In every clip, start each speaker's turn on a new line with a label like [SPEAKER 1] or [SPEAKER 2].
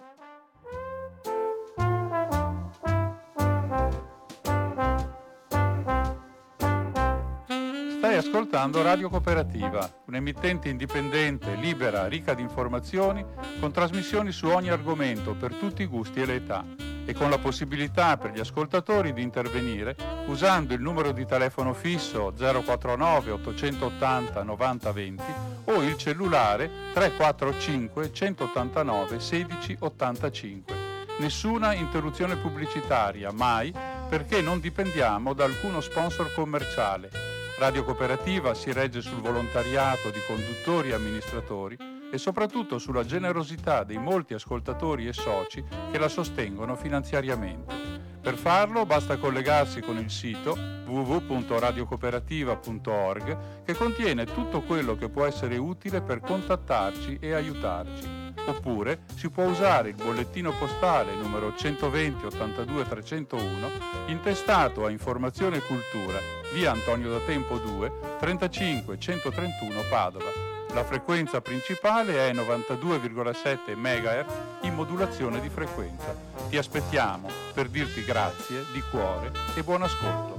[SPEAKER 1] Stai ascoltando Radio Cooperativa, un'emittente indipendente, libera, ricca di informazioni, con trasmissioni su ogni argomento per tutti i gusti e le età, e con la possibilità per gli ascoltatori di intervenire usando il numero di telefono fisso 049 880 90 20 o il cellulare 345 189 16 85. Nessuna interruzione pubblicitaria, mai, perché non dipendiamo da alcuno sponsor commerciale. Radio Cooperativa si regge sul volontariato di conduttori e amministratori e soprattutto sulla generosità dei molti ascoltatori e soci che la sostengono finanziariamente. Per farlo basta collegarsi con il sito www.radiocooperativa.org, che contiene tutto quello che può essere utile per contattarci e aiutarci. Oppure si può usare il bollettino postale numero 120 82 301 intestato a Informazione e Cultura, via Antonio da Tempo 2, 35 131 Padova. La frequenza principale è 92,7 MHz in modulazione di frequenza. Ti aspettiamo per dirti grazie di cuore e buon ascolto.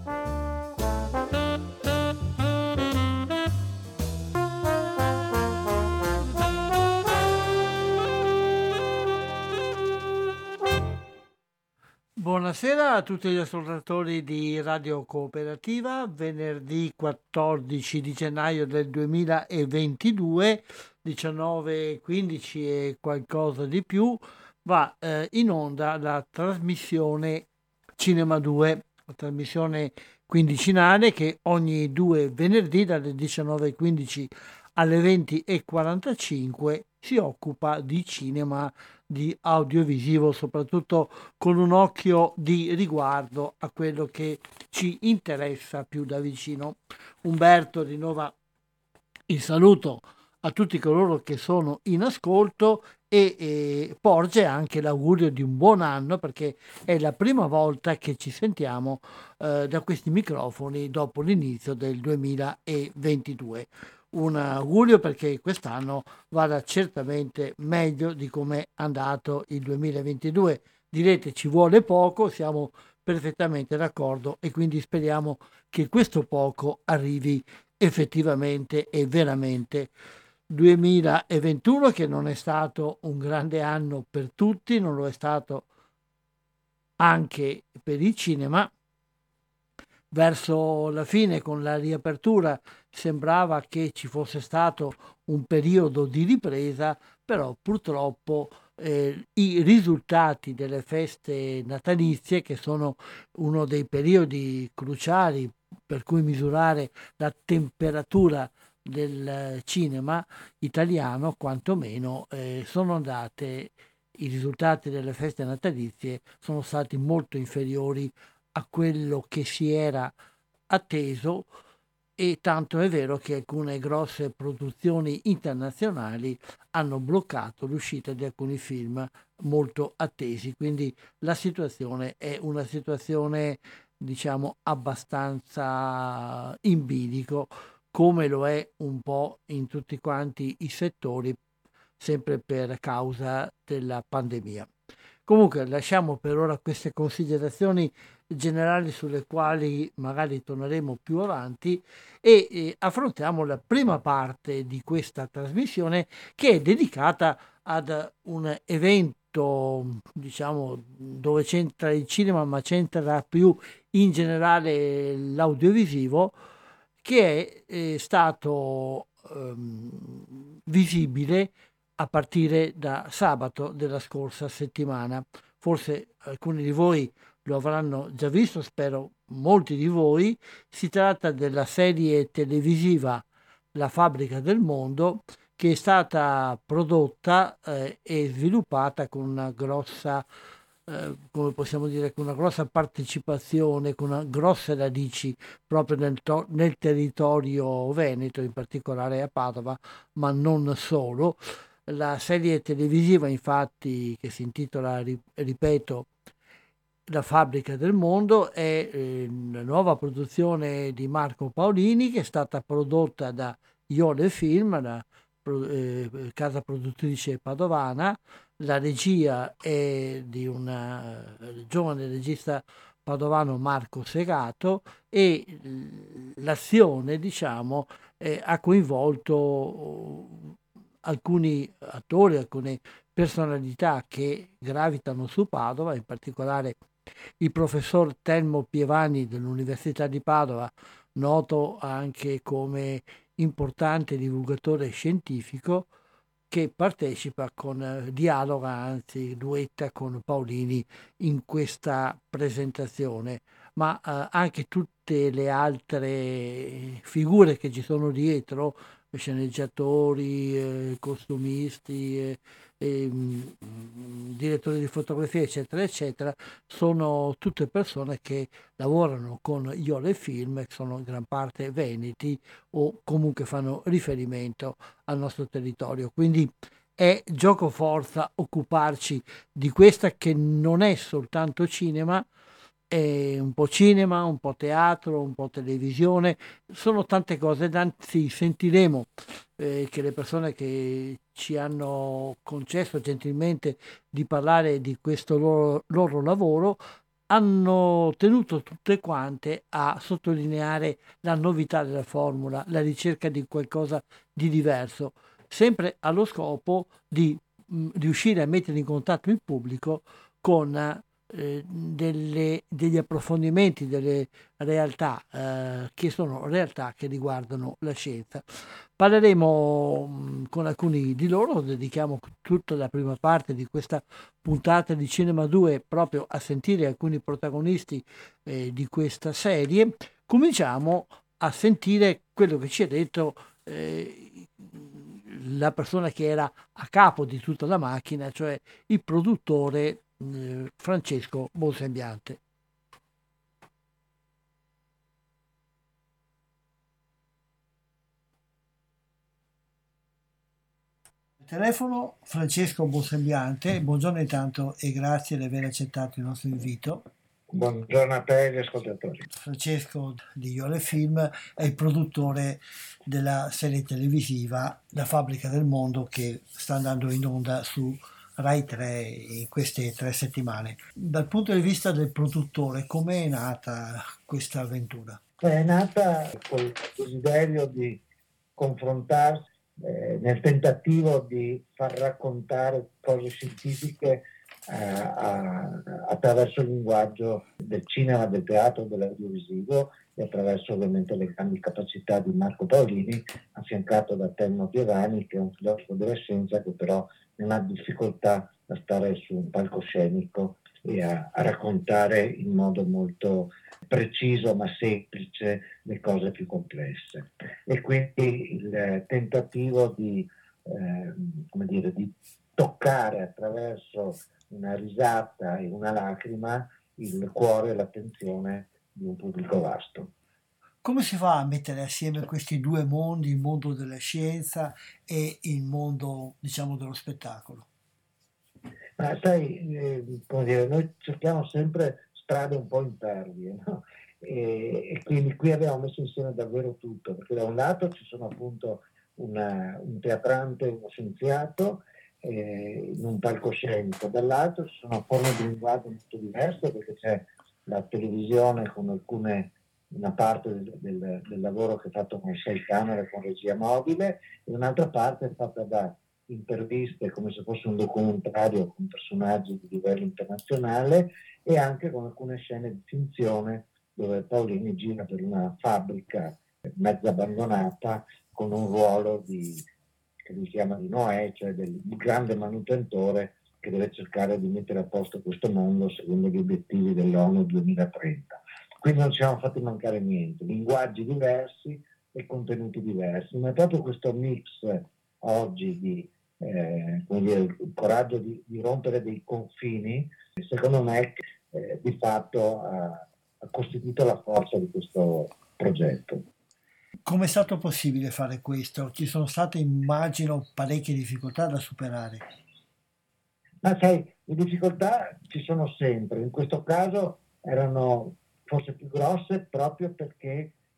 [SPEAKER 2] Buonasera a tutti gli ascoltatori di Radio Cooperativa. Venerdì 14 di gennaio del 2022, 19:15 e qualcosa di più, va in onda la trasmissione Cinema 2, la trasmissione quindicinale che ogni due venerdì dalle 19:15 alle 20:45 si occupa di cinema, di audiovisivo, soprattutto con un occhio di riguardo a quello che ci interessa più da vicino. Umberto rinnova il saluto a tutti coloro che sono in ascolto e porge anche l'augurio di un buon anno, perché è la prima volta che ci sentiamo da questi microfoni dopo l'inizio del 2022. Un augurio perché quest'anno vada certamente meglio di come è andato il 2022. Direte ci vuole poco, siamo perfettamente d'accordo e quindi speriamo che questo poco arrivi effettivamente e veramente. 2021 che non è stato un grande anno per tutti, non lo è stato anche per il cinema. Verso la fine, con la riapertura, sembrava che ci fosse stato un periodo di ripresa, però purtroppo i risultati delle feste natalizie, che sono uno dei periodi cruciali per cui misurare la temperatura del cinema italiano, quantomeno sono andate, i risultati delle feste natalizie sono stati molto inferiori a quello che si era atteso, e tanto è vero che alcune grosse produzioni internazionali hanno bloccato l'uscita di alcuni film molto attesi, quindi la situazione è una situazione, diciamo, abbastanza in bilico, come lo è un po' in tutti quanti i settori, sempre per causa della pandemia. Comunque lasciamo per ora queste considerazioni generali sulle quali magari torneremo più avanti e affrontiamo la prima parte di questa trasmissione, che è dedicata ad un evento, diciamo, dove c'entra il cinema ma c'entra più in generale l'audiovisivo, che è stato visibile a partire da sabato della scorsa settimana. Forse alcuni di voi lo avranno già visto, spero molti di voi. Si tratta della serie televisiva La fabbrica del mondo, che è stata prodotta e sviluppata con una grossa, come possiamo dire, con una grossa partecipazione, con una grosse radici proprio nel territorio veneto, in particolare a Padova, ma non solo. La serie televisiva, infatti, che si intitola, ripeto, La fabbrica del mondo, è la nuova produzione di Marco Paolini, che è stata prodotta da Iole Film, la casa produttrice padovana, La regia è di un giovane regista padovano, Marco Segato, e l'azione, diciamo, ha coinvolto alcuni attori, alcune personalità che gravitano su Padova, in particolare il professor Telmo Pievani dell'Università di Padova, noto anche come importante divulgatore scientifico, che partecipa dialoga, anzi duetta con Paolini in questa presentazione, ma anche tutte le altre figure che ci sono dietro, sceneggiatori, costumisti, direttori di fotografia, eccetera, eccetera, sono tutte persone che lavorano con Iole Film, che sono in gran parte veneti o comunque fanno riferimento al nostro territorio. Quindi è gioco forza occuparci di questa che non è soltanto cinema, è un po' cinema, un po' teatro, un po' televisione, sono tante cose, anzi sentiremo che le persone che ci hanno concesso gentilmente di parlare di questo loro lavoro hanno tenuto tutte quante a sottolineare la novità della formula, la ricerca di qualcosa di diverso, sempre allo scopo di riuscire a mettere in contatto il pubblico con degli approfondimenti, delle realtà che sono realtà che riguardano la scienza. Parleremo con alcuni di loro, dedichiamo tutta la prima parte di questa puntata di Cinema 2 proprio a sentire alcuni protagonisti di questa serie. Cominciamo a sentire quello che ci ha detto la persona che era a capo di tutta la macchina, cioè il produttore Francesco Bonsembiante. Telefono Francesco Bonsembiante, buongiorno intanto e grazie di aver accettato il nostro invito.
[SPEAKER 3] Buongiorno a te e agli ascoltatori.
[SPEAKER 2] Francesco di Iole Film è il produttore della serie televisiva La fabbrica del mondo che sta andando in onda su Rai 3 in queste 3 settimane. Dal punto di vista del produttore, com'è nata questa avventura?
[SPEAKER 3] È nata col desiderio di confrontarsi nel tentativo di far raccontare cose scientifiche attraverso il linguaggio del cinema, del teatro, dell'audiovisivo e attraverso ovviamente le grandi capacità di Marco Paolini, affiancato da Telmo Pievani, che è un filosofo della scienza che però non ha difficoltà a stare su un palcoscenico e a raccontare in modo molto preciso ma semplice le cose più complesse. E quindi il tentativo di toccare attraverso una risata e una lacrima il cuore e l'attenzione di un pubblico vasto.
[SPEAKER 2] Come si fa a mettere assieme questi due mondi, il mondo della scienza e il mondo, diciamo, dello spettacolo?
[SPEAKER 3] Ma sai, noi cerchiamo sempre strade un po' impervie, no? E quindi qui abbiamo messo insieme davvero tutto, perché da un lato ci sono appunto un teatrante, uno scienziato in un palcoscenico, dall'altro ci sono forme di linguaggio molto diverse, perché c'è la televisione con una parte del lavoro che è fatto con 6 camere, con regia mobile, e un'altra parte è fatta da interviste come se fosse un documentario con personaggi di livello internazionale e anche con alcune scene di finzione dove Paolini gira per una fabbrica mezza abbandonata con un ruolo che lui chiama di Noè, cioè di grande manutentore che deve cercare di mettere a posto questo mondo secondo gli obiettivi dell'ONU 2030. Quindi non ci siamo fatti mancare niente, linguaggi diversi e contenuti diversi, ma è proprio questo mix oggi di il coraggio di rompere dei confini, secondo me di fatto ha costituito la forza di questo progetto.
[SPEAKER 2] Come è stato possibile fare questo? Ci sono state, immagino, parecchie difficoltà da superare.
[SPEAKER 3] Ma sai, le difficoltà ci sono sempre, in questo caso erano forse più grosse proprio perché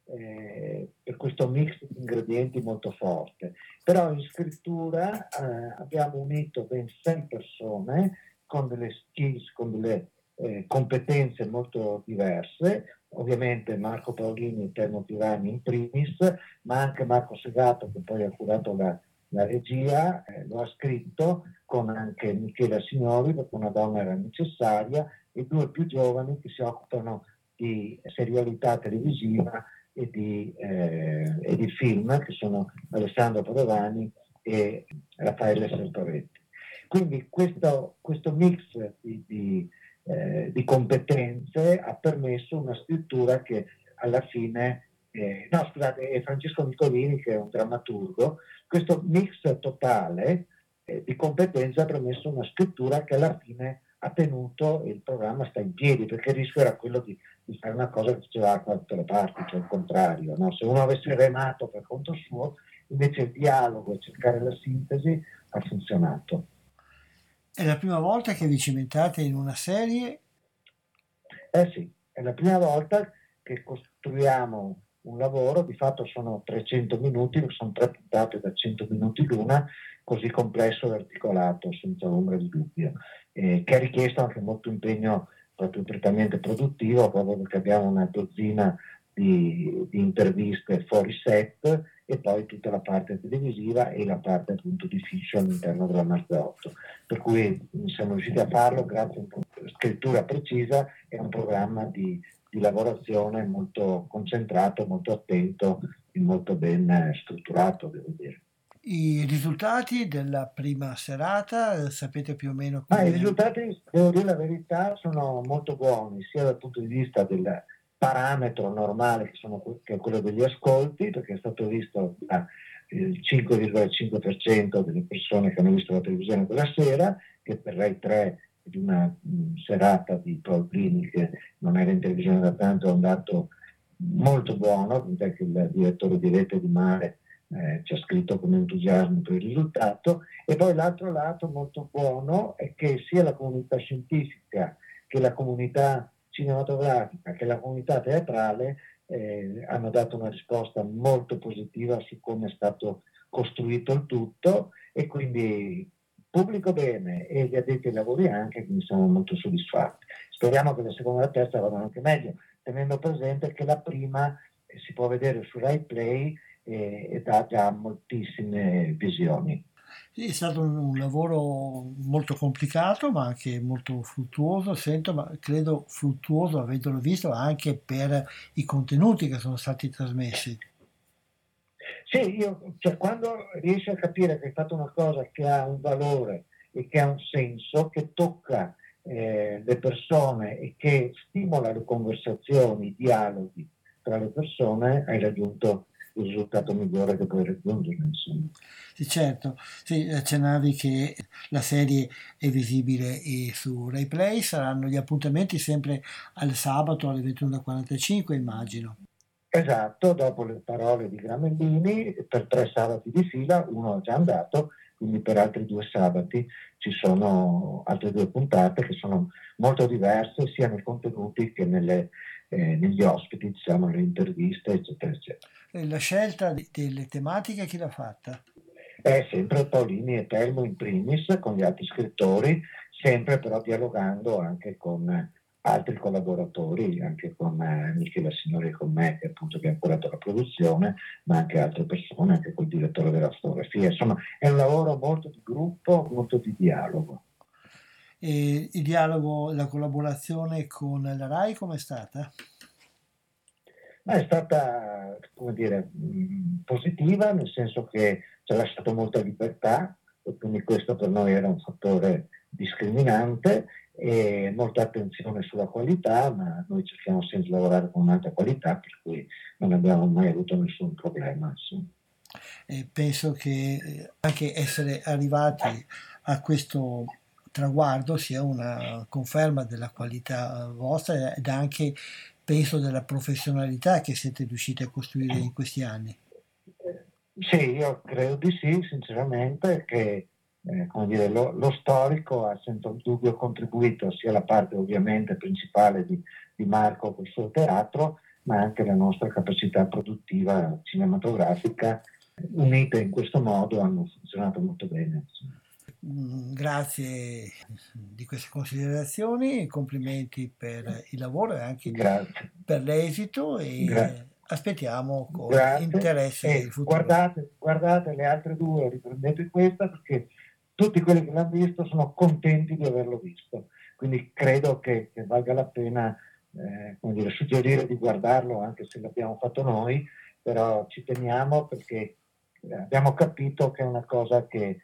[SPEAKER 3] per questo mix di ingredienti molto forte. Però in scrittura abbiamo unito ben 6 persone con delle skills, con delle competenze molto diverse, ovviamente Marco Paolini e Telmo Pirani in primis, ma anche Marco Segato, che poi ha curato la regia, lo ha scritto, con anche Michela Signori, perché una donna era necessaria, e 2 più giovani che si occupano di serialità televisiva e di film, che sono Alessandro Padovani e Raffaele Sertoretti. Quindi questo mix di competenze ha permesso una scrittura che alla fine, è Francesco Nicolini, che è un drammaturgo. Questo mix totale di competenze ha permesso una scrittura che alla fine ha tenuto il programma sta in piedi, perché il rischio era quello di fare una cosa che faceva da tutte le parti, cioè il contrario, no? Se uno avesse remato per conto suo, invece il dialogo e cercare la sintesi ha funzionato.
[SPEAKER 2] È la prima volta che vi cimentate in una serie?
[SPEAKER 3] Sì, è la prima volta che costruiamo un lavoro, di fatto sono 300 minuti, sono 3 puntate da 100 minuti l'una, così complesso e articolato, senza ombra di dubbio, che ha richiesto anche molto impegno proprio prettamente produttivo, proprio perché abbiamo una dozzina di interviste fuori set e poi tutta la parte televisiva e la parte appunto di fiction all'interno della Marzotto, per cui siamo riusciti a farlo grazie a una scrittura precisa e a un programma di lavorazione molto concentrato, molto attento e molto ben strutturato, devo dire.
[SPEAKER 2] I risultati della prima serata, sapete più o meno
[SPEAKER 3] I
[SPEAKER 2] come...
[SPEAKER 3] risultati, devo dire la verità, sono molto buoni, sia dal punto di vista del parametro normale, che è quello degli ascolti, perché è stato visto il 5,5% delle persone che hanno visto la televisione quella sera, che per Rai 3 di una serata di Paolini, che non era in televisione da tanto, è un dato molto buono, tant'è che il direttore di Rete di Mare ci ha scritto con entusiasmo per il risultato. E poi l'altro lato molto buono è che sia la comunità scientifica che la comunità cinematografica che la comunità teatrale hanno dato una risposta molto positiva su come è stato costruito il tutto, e quindi pubblico bene e gli addetti ai lavori anche, quindi siamo molto soddisfatti. Speriamo che la seconda e la terza vadano anche meglio, tenendo presente che la prima si può vedere su Rai Play e dà già moltissime visioni.
[SPEAKER 2] Sì, è stato un lavoro molto complicato, ma anche molto fruttuoso, sento, ma credo fruttuoso, avendolo visto, anche per i contenuti che sono stati trasmessi.
[SPEAKER 3] Sì, quando riesci a capire che hai fatto una cosa che ha un valore e che ha un senso, che tocca le persone e che stimola le conversazioni, i dialoghi tra le persone, hai raggiunto il risultato migliore che puoi raggiungere, insomma.
[SPEAKER 2] Sì, certo. Sì, accennavi che la serie è visibile su Rai Play, saranno gli appuntamenti sempre al sabato alle 21:45, immagino.
[SPEAKER 3] Esatto, dopo le parole di Gramellini, per 3 sabati di fila, uno è già andato, quindi per altri 2 sabati ci sono altre 2 puntate che sono molto diverse sia nei contenuti che negli ospiti, diciamo, le interviste, eccetera, eccetera.
[SPEAKER 2] La scelta delle tematiche chi l'ha fatta?
[SPEAKER 3] È sempre Paolini e Telmo in primis, con gli altri scrittori, sempre però dialogando anche con altri collaboratori, anche con Michela Signori e con me, che appunto abbiamo curato la produzione, ma anche altre persone, anche col direttore della fotografia. Insomma, è un lavoro molto di gruppo, molto di dialogo.
[SPEAKER 2] E il dialogo, la collaborazione con la Rai com'è stata?
[SPEAKER 3] Ma è stata, come dire, positiva, nel senso che ci ha lasciato molta libertà, e quindi questo per noi era un fattore discriminante, e molta attenzione sulla qualità, ma noi cerchiamo sempre di lavorare con un'alta qualità, per cui non abbiamo mai avuto nessun problema.
[SPEAKER 2] Penso che anche essere arrivati a questo traguardo sia una conferma della qualità vostra ed anche, penso, della professionalità che siete riusciti a costruire in questi anni.
[SPEAKER 3] Sì, io credo di sì, sinceramente, che come dire, lo storico ha senza dubbio contribuito sia la parte ovviamente principale di Marco col suo teatro, ma anche la nostra capacità produttiva cinematografica, unite in questo modo, hanno funzionato molto bene.
[SPEAKER 2] Grazie di queste considerazioni, complimenti per il lavoro e anche
[SPEAKER 3] Grazie.
[SPEAKER 2] per l'esito e
[SPEAKER 3] Grazie.
[SPEAKER 2] aspettiamo con
[SPEAKER 3] Grazie.
[SPEAKER 2] interesse il futuro.
[SPEAKER 3] Guardate le altre due, riprendete questa, perché tutti quelli che l'hanno visto sono contenti di averlo visto, quindi credo che valga la pena suggerire di guardarlo, anche se l'abbiamo fatto noi, però ci teniamo perché abbiamo capito che è una cosa che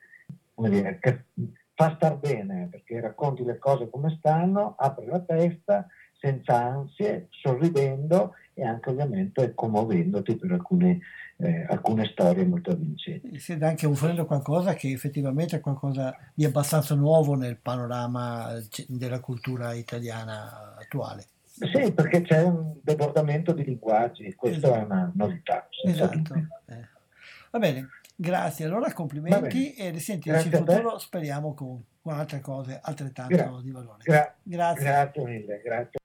[SPEAKER 3] fa star bene, perché racconti le cose come stanno, apri la testa senza ansie, sorridendo e anche ovviamente commuovendoti per alcune storie molto avvincenti.
[SPEAKER 2] Sembra anche offrendo qualcosa che effettivamente è qualcosa di abbastanza nuovo nel panorama della cultura italiana attuale.
[SPEAKER 3] Sì, perché c'è un debordamento di linguaggi, questa è una novità.
[SPEAKER 2] Esatto. Va bene, grazie. Allora complimenti e risentirci in futuro, speriamo con altre cose altrettanto di valore. Grazie.
[SPEAKER 3] Grazie mille, grazie.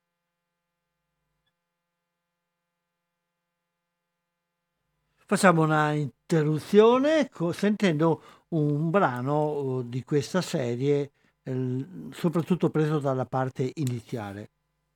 [SPEAKER 2] Facciamo una interruzione sentendo un brano di questa serie, soprattutto preso dalla parte iniziale.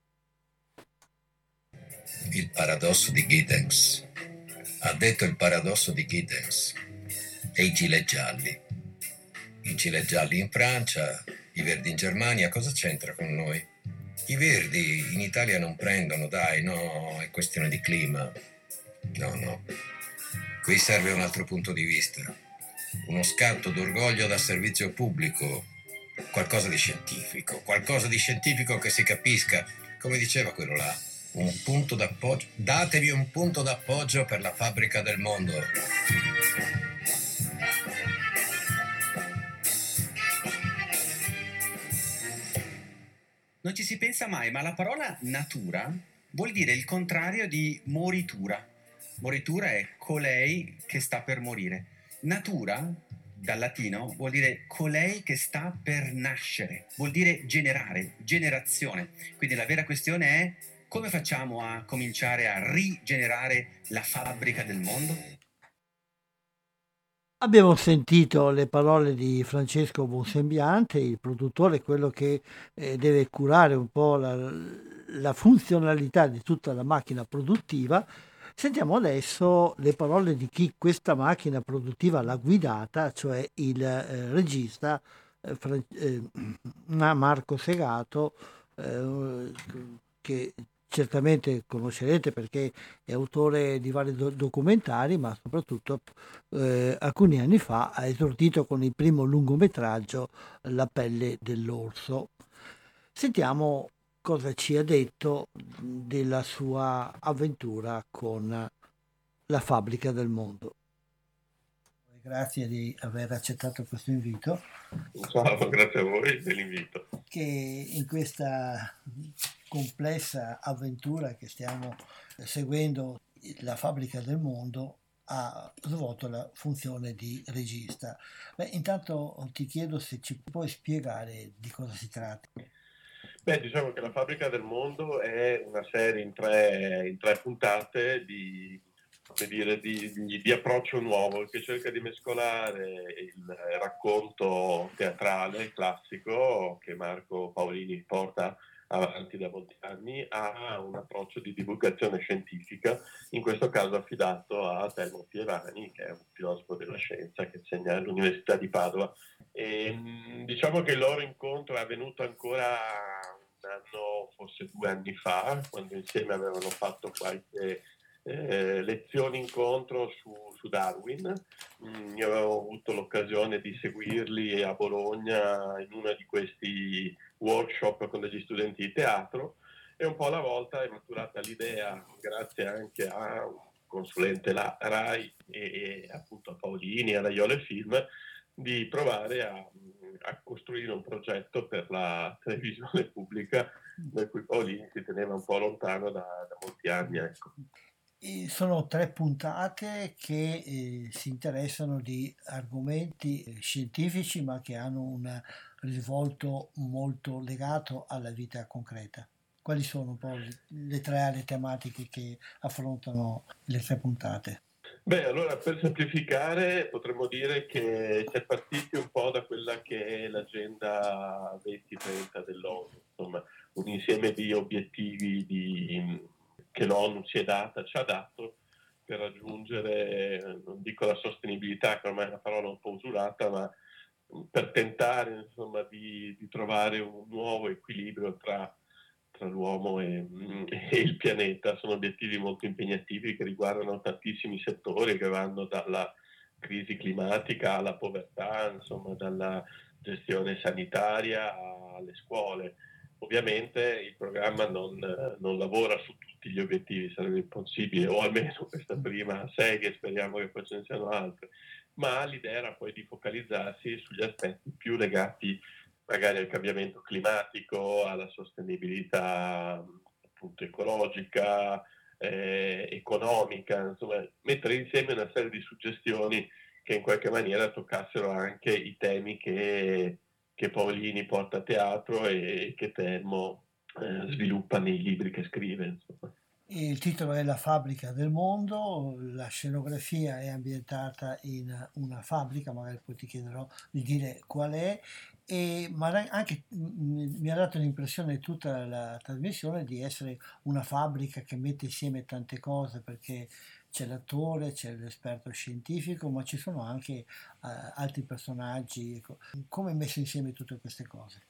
[SPEAKER 4] Il paradosso di Giddens. Ha detto il paradosso di Giddens. E i gilet gialli. I gilet gialli in Francia, i verdi in Germania, cosa c'entra con noi? I verdi in Italia non prendono, dai, no, è questione di clima. No. Qui serve un altro punto di vista. Uno scatto d'orgoglio da servizio pubblico. Qualcosa di scientifico che si capisca. Come diceva quello là. Un punto d'appoggio. Datevi un punto d'appoggio per la fabbrica del mondo.
[SPEAKER 5] Non ci si pensa mai, ma la parola natura vuol dire il contrario di moritura. Moritura è colei che sta per morire. Natura, dal latino, vuol dire colei che sta per nascere. Vuol dire generare, generazione. Quindi la vera questione è: come facciamo a cominciare a rigenerare la fabbrica del mondo?
[SPEAKER 2] Abbiamo sentito le parole di Francesco Bonsembiante, il produttore, quello che deve curare un po' la funzionalità di tutta la macchina produttiva. Sentiamo adesso le parole di chi questa macchina produttiva l'ha guidata, cioè il regista Marco Segato, che certamente conoscerete perché è autore di vari documentari, ma soprattutto alcuni anni fa ha esordito con il primo lungometraggio La pelle dell'orso. Sentiamo cosa ci ha detto della sua avventura con la fabbrica del mondo. Grazie di aver accettato questo invito.
[SPEAKER 6] Ciao, grazie a voi dell'invito.
[SPEAKER 2] Che in questa complessa avventura che stiamo seguendo, la fabbrica del mondo ha svolto la funzione di regista. Intanto ti chiedo se ci puoi spiegare di cosa si tratta.
[SPEAKER 6] Diciamo che la fabbrica del mondo è una serie in tre puntate di approccio nuovo, che cerca di mescolare il racconto teatrale classico che Marco Paolini porta avanti da molti anni a un approccio di divulgazione scientifica, in questo caso affidato a Telmo Pievani, che è un filosofo della scienza che insegna all'Università di Padova. E diciamo che il loro incontro è avvenuto ancora un anno, forse 2 anni fa, quando insieme avevano fatto qualche lezioni incontro su Darwin. Io avevo avuto l'occasione di seguirli a Bologna in uno di questi workshop con degli studenti di teatro, e un po' alla volta è maturata l'idea, grazie anche a un consulente RAI e appunto a Paolini, a Raiole Film, di provare a costruire un progetto per la televisione pubblica, da cui Paolini si teneva un po' lontano da molti anni, ecco.
[SPEAKER 2] Sono 3 puntate che si interessano di argomenti scientifici, ma che hanno un risvolto molto legato alla vita concreta. Quali sono un po' le tre aree tematiche che affrontano le 3 puntate?
[SPEAKER 6] Beh, allora per semplificare potremmo dire che si è partiti un po' da quella che è l'agenda 2030 dell'ONU, insomma un insieme di obiettivi che l'ONU ci ha dato per raggiungere, non dico la sostenibilità, che ormai è una parola un po' usurata, ma per tentare insomma di trovare un nuovo equilibrio tra l'uomo e il pianeta. Sono obiettivi molto impegnativi che riguardano tantissimi settori, che vanno dalla crisi climatica alla povertà, insomma dalla gestione sanitaria alle scuole. Ovviamente il programma non lavora su tutti gli obiettivi, sarebbe impossibile, o almeno questa prima serie, speriamo che poi ce ne siano altre, ma l'idea era poi di focalizzarsi sugli aspetti più legati magari al cambiamento climatico, alla sostenibilità appunto ecologica, economica, insomma mettere insieme una serie di suggestioni che in qualche maniera toccassero anche i temi che Paolini porta a teatro e che Telmo sviluppa nei libri che scrive. Insomma.
[SPEAKER 2] Il titolo è La fabbrica del mondo, la scenografia è ambientata in una fabbrica, magari poi ti chiederò di dire qual è, ma anche mi ha dato l'impressione tutta la trasmissione di essere una fabbrica che mette insieme tante cose, perché c'è l'attore, c'è l'esperto scientifico, ma ci sono anche altri personaggi. Ecco. Come è messo insieme tutte queste cose?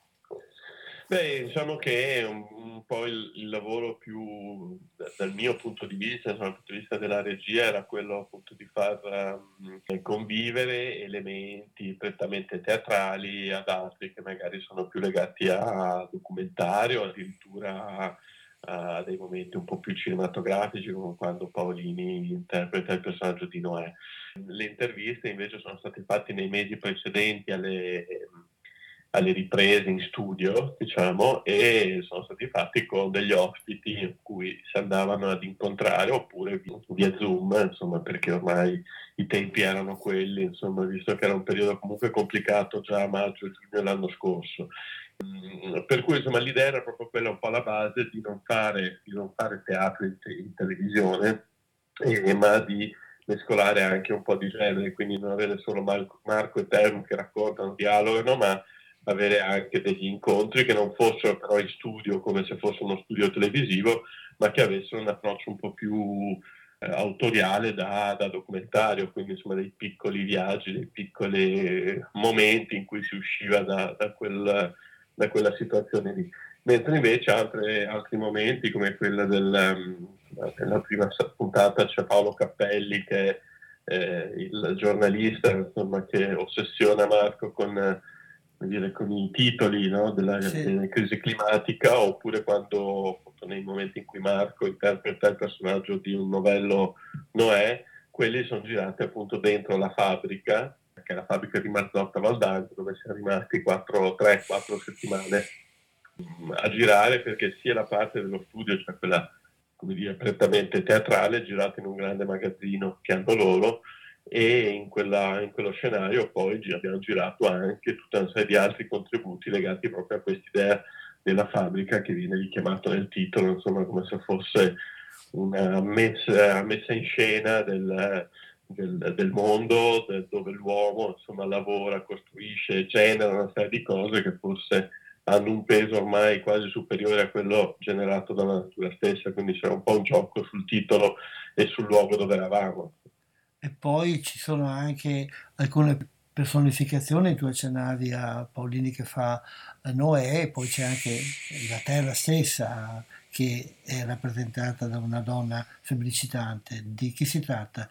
[SPEAKER 6] Beh, diciamo che un po' il lavoro più, dal mio punto di vista, dal punto di vista della regia, era quello appunto di far convivere elementi prettamente teatrali ad altri che magari sono più legati a documentario, addirittura a dei momenti un po' più cinematografici, come quando Paolini interpreta il personaggio di Noè. Le interviste invece sono state fatte nei mesi precedenti alle riprese in studio, diciamo, e sono stati fatti con degli ospiti in cui si andavano ad incontrare oppure via Zoom, insomma, perché ormai i tempi erano quelli, insomma, visto che era un periodo comunque complicato già a maggio e giugno dell'anno scorso. Per cui insomma l'idea era proprio quella un po' alla base di non fare teatro in televisione, ma di mescolare anche un po' di genere, quindi non avere solo Marco e Telmo che raccontano, dialogano, ma avere anche degli incontri che non fossero però in studio come se fosse uno studio televisivo, ma che avessero un approccio un po' più autoriale da documentario, quindi insomma dei piccoli viaggi, dei piccoli momenti in cui si usciva da quella situazione lì. Mentre invece altri momenti come quella della prima puntata c'è Paolo Cappelli che è il giornalista insomma, che ossessiona Marco con i titoli, no, della crisi climatica, oppure quando nei momenti in cui Marco interpreta il personaggio di un novello Noè, quelli sono girati appunto dentro la fabbrica, che è la fabbrica di Mazzotta Valdagno, dove siamo rimasti 3-4 settimane a girare, perché sia la parte dello studio, cioè quella come dire prettamente teatrale, girata in un grande magazzino che hanno loro, e in quello scenario poi abbiamo girato anche tutta una serie di altri contributi legati proprio a quest'idea della fabbrica che viene richiamato nel titolo, insomma come se fosse una messa in scena del mondo dove l'uomo insomma lavora, costruisce, genera una serie di cose che forse hanno un peso ormai quasi superiore a quello generato dalla natura stessa, quindi c'era un po' un gioco sul titolo e sul luogo dove eravamo.
[SPEAKER 2] E poi ci sono anche alcune personificazioni, tu accennavi a Paolini che fa Noè, e poi c'è anche la terra stessa che è rappresentata da una donna febbricitante. Di chi si tratta?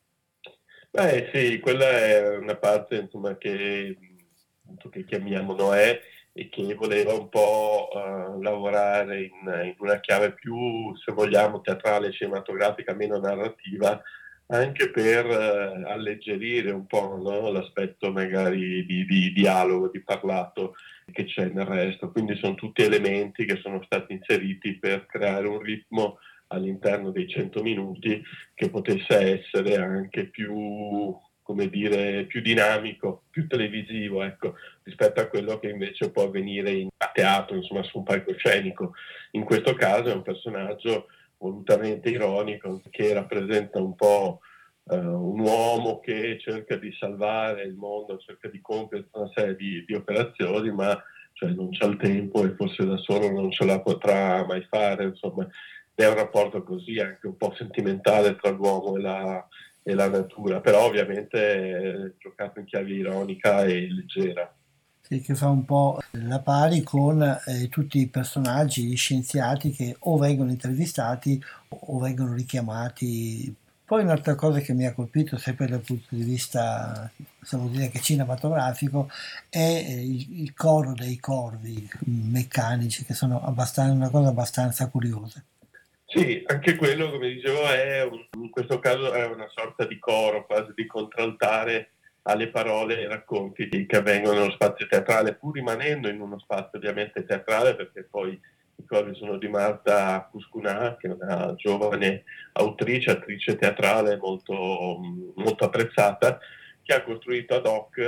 [SPEAKER 6] Beh sì, quella è una parte insomma, che chiamiamo Noè e che voleva un po' lavorare in una chiave più, se vogliamo, teatrale, cinematografica, meno narrativa, anche per alleggerire un po', no, l'aspetto magari di dialogo, di parlato che c'è nel resto. Quindi sono tutti elementi che sono stati inseriti per creare un ritmo all'interno dei 100 minuti che potesse essere anche più come dire, più dinamico, più televisivo, ecco, rispetto a quello che invece può avvenire a teatro, insomma, su un palcoscenico. In questo caso è un personaggio volutamente ironico che rappresenta un po' un uomo che cerca di salvare il mondo, cerca di compiere una serie di operazioni, ma cioè, non c'ha il tempo e forse da solo non ce la potrà mai fare, insomma. È un rapporto così anche un po' sentimentale tra l'uomo e la natura, però ovviamente giocato in chiave ironica e leggera.
[SPEAKER 2] Sì, che fa un po' la pari con tutti i personaggi, gli scienziati che o vengono intervistati o vengono richiamati. Poi un'altra cosa che mi ha colpito, sempre dal punto di vista, possiamo dire che cinematografico, è il coro dei corvi meccanici, che sono una cosa abbastanza curiosa.
[SPEAKER 6] Sì, anche quello, come dicevo, in questo caso è una sorta di coro, quasi di contraltare alle parole e ai racconti che avvengono nello spazio teatrale, pur rimanendo in uno spazio ovviamente teatrale, perché poi i cori sono di Marta Cuscunà, che è una giovane attrice teatrale molto, molto apprezzata, che ha costruito ad hoc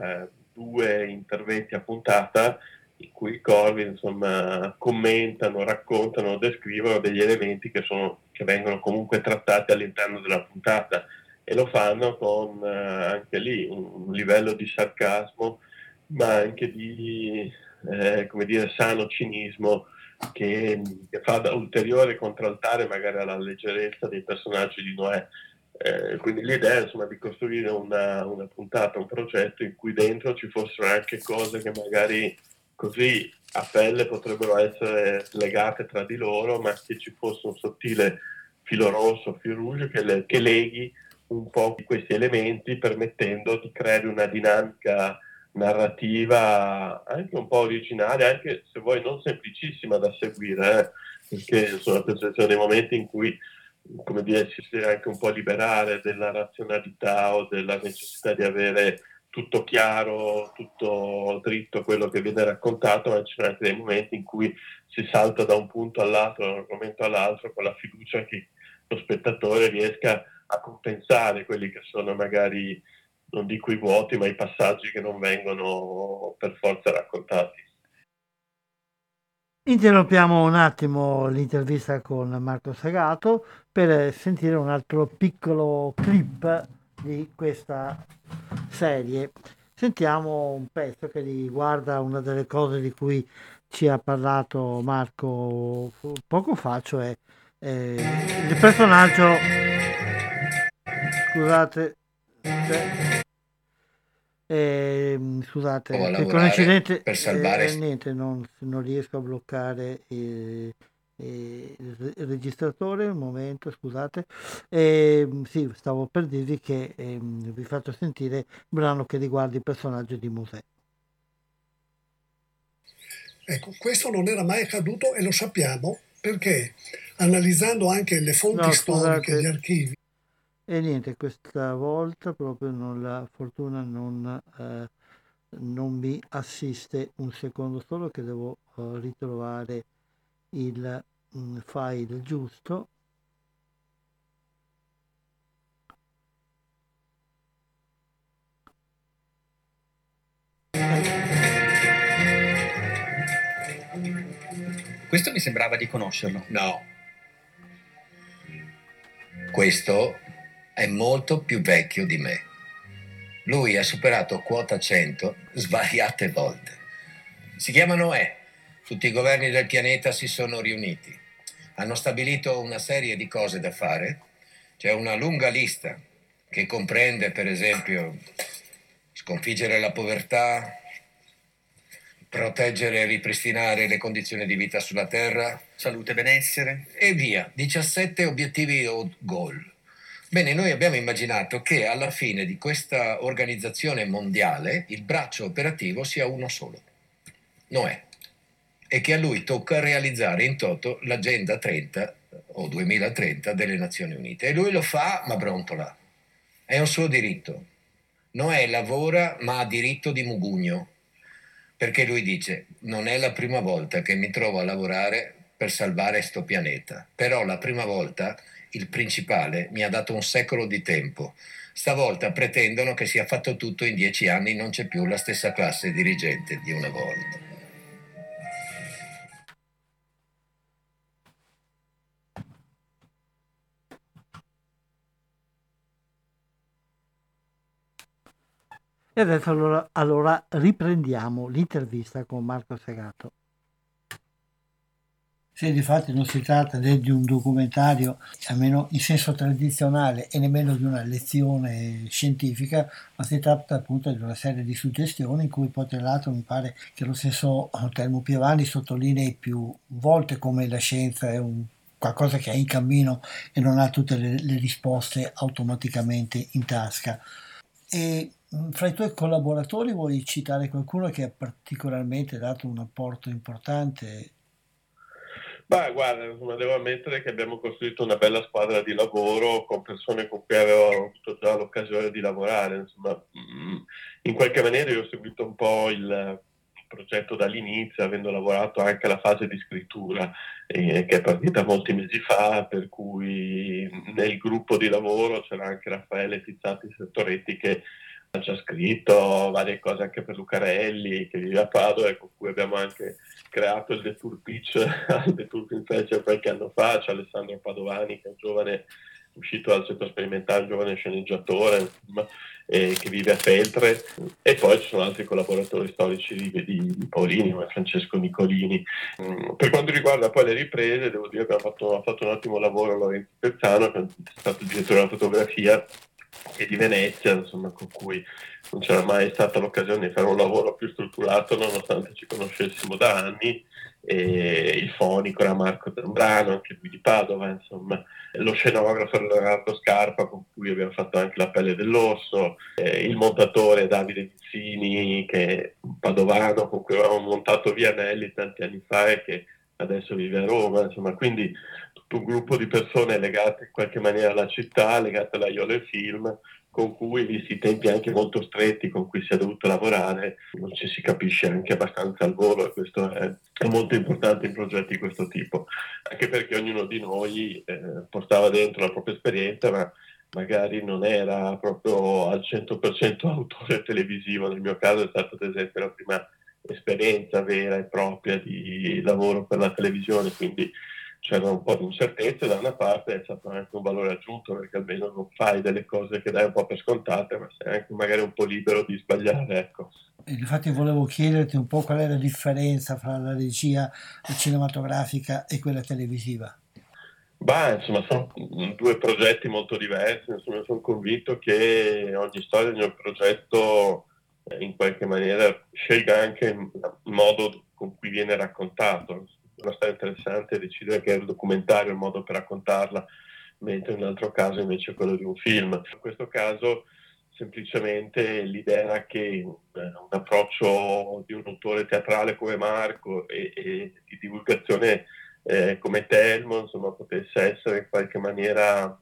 [SPEAKER 6] 2 interventi a puntata in cui i corvi insomma commentano, raccontano, descrivono degli elementi che vengono comunque trattati all'interno della puntata, e lo fanno con anche lì un livello di sarcasmo, ma anche di come dire, sano cinismo che fa da ulteriore contraltare magari alla leggerezza dei personaggi di Noè. Quindi l'idea insomma di costruire una puntata, un progetto in cui dentro ci fossero anche cose che magari così a pelle potrebbero essere legate tra di loro, ma che ci fosse un sottile filo rosso, fil rouge che leghi un po' di questi elementi, permettendo di creare una dinamica narrativa anche un po' originale, anche se vuoi non semplicissima da seguire, perché insomma ci sono dei momenti in cui, come dire, ci si deve anche un po' liberare della razionalità o della necessità di avere tutto chiaro, tutto dritto quello che viene raccontato, ma ci sono anche dei momenti in cui si salta da un punto all'altro, da un argomento all'altro, con la fiducia che lo spettatore riesca a compensare quelli che sono magari, non dico i vuoti, ma i passaggi che non vengono per forza raccontati.
[SPEAKER 2] Interrompiamo un attimo l'intervista con Marco Sagato per sentire un altro piccolo clip di questa serie. Sentiamo un pezzo che riguarda una delle cose di cui ci ha parlato Marco poco fa, cioè il personaggio, scusate, scusate, che con incidente
[SPEAKER 4] per salvare
[SPEAKER 2] niente, non riesco a bloccare il registratore, un momento, scusate. Sì, stavo per dirvi che vi faccio sentire il brano che riguarda il personaggio di Mosè.
[SPEAKER 7] Ecco, questo non era mai accaduto e lo sappiamo perché analizzando anche le fonti storiche, gli archivi.
[SPEAKER 2] E niente, questa volta proprio la fortuna non mi assiste. Un secondo solo che devo ritrovare il file giusto.
[SPEAKER 5] Questo mi sembrava di conoscerlo.
[SPEAKER 4] No. Questo è molto più vecchio di me. Lui ha superato quota 100 svariate volte. Si chiama Noè. Tutti i governi del pianeta si sono riuniti. Hanno stabilito una serie di cose da fare. C'è una lunga lista che comprende, per esempio, sconfiggere la povertà, proteggere e ripristinare le condizioni di vita sulla Terra,
[SPEAKER 5] salute e benessere,
[SPEAKER 4] e via. 17 obiettivi o goal. Bene, noi abbiamo immaginato che alla fine di questa organizzazione mondiale il braccio operativo sia uno solo, Noè, e che a lui tocca realizzare in toto l'Agenda 30 o 2030 delle Nazioni Unite. E lui lo fa, ma brontola. È un suo diritto. Noè lavora, ma ha diritto di mugugno, perché lui dice: non è la prima volta che mi trovo a lavorare per salvare sto pianeta, però la prima volta il principale mi ha dato un secolo di tempo. Stavolta pretendono che sia fatto tutto in 10 anni, non c'è più la stessa classe dirigente di una volta.
[SPEAKER 2] E adesso allora riprendiamo l'intervista con Marco Segato. Sì, difatti non si tratta né di un documentario, almeno in senso tradizionale, e nemmeno di una lezione scientifica, ma si tratta appunto di una serie di suggestioni in cui poi tra l'altro mi pare che lo stesso Telmo Piovani sottolinei più volte come la scienza è qualcosa che è in cammino e non ha tutte le risposte automaticamente in tasca. E fra i tuoi collaboratori vuoi citare qualcuno che ha particolarmente dato un apporto importante?
[SPEAKER 6] Beh, guarda, insomma, devo ammettere che abbiamo costruito una bella squadra di lavoro con persone con cui avevo avuto già l'occasione di lavorare. Insomma, in qualche maniera io ho seguito un po' il progetto dall'inizio, avendo lavorato anche alla fase di scrittura, che è partita molti mesi fa, per cui nel gruppo di lavoro c'era anche Raffaele Pizzati Sertoretti che ha già scritto varie cose anche per Lucarelli, che vive a Padova e con cui abbiamo anche creato il Detour Pitch al Detour Film Festival qualche anno fa. C'è Alessandro Padovani che è un giovane uscito dal centro sperimentale, un giovane sceneggiatore, insomma, che vive a Feltre, e poi ci sono altri collaboratori storici di Paolini come Francesco Nicolini. Per quanto riguarda poi le riprese, devo dire che ha fatto un ottimo lavoro Lorenzo Pezzano, che è stato il direttore della fotografia, e di Venezia, insomma, con cui non c'era mai stata l'occasione di fare un lavoro più strutturato nonostante ci conoscessimo da anni. E il fonico era Marco Zambrano, anche lui di Padova, insomma, lo scenografo era Leonardo Scarpa, con cui abbiamo fatto anche La pelle dell'orso, il montatore Davide Vizzini, che è un padovano con cui avevamo montato Vianelli tanti anni fa e che adesso vive a Roma, insomma, quindi tutto un gruppo di persone legate in qualche maniera alla città, legate alla Iole Film, con cui, visti i tempi anche molto stretti con cui si è dovuto lavorare, non ci si capisce anche abbastanza al volo, e questo è molto importante in progetti di questo tipo, anche perché ognuno di noi portava dentro la propria esperienza, ma magari non era proprio al 100% autore televisivo. Nel mio caso è stata ad esempio la prima esperienza vera e propria di lavoro per la televisione, quindi c'era un po' di incertezza. Da una parte è stato anche un valore aggiunto, perché almeno non fai delle cose che dai un po' per scontate, ma sei anche magari un po' libero di sbagliare, ecco.
[SPEAKER 2] Infatti volevo chiederti un po' qual è la differenza fra la regia cinematografica e quella televisiva.
[SPEAKER 6] Beh, insomma, sono due progetti molto diversi. Insomma, sono convinto che ogni storia, ogni progetto in qualche maniera scelga anche il modo con cui viene raccontato. Una storia interessante è decidere che è il documentario il modo per raccontarla, mentre in un altro caso invece è quello di un film. In questo caso semplicemente l'idea che un approccio di un autore teatrale come Marco e di divulgazione come Telmo, insomma, potesse essere in qualche maniera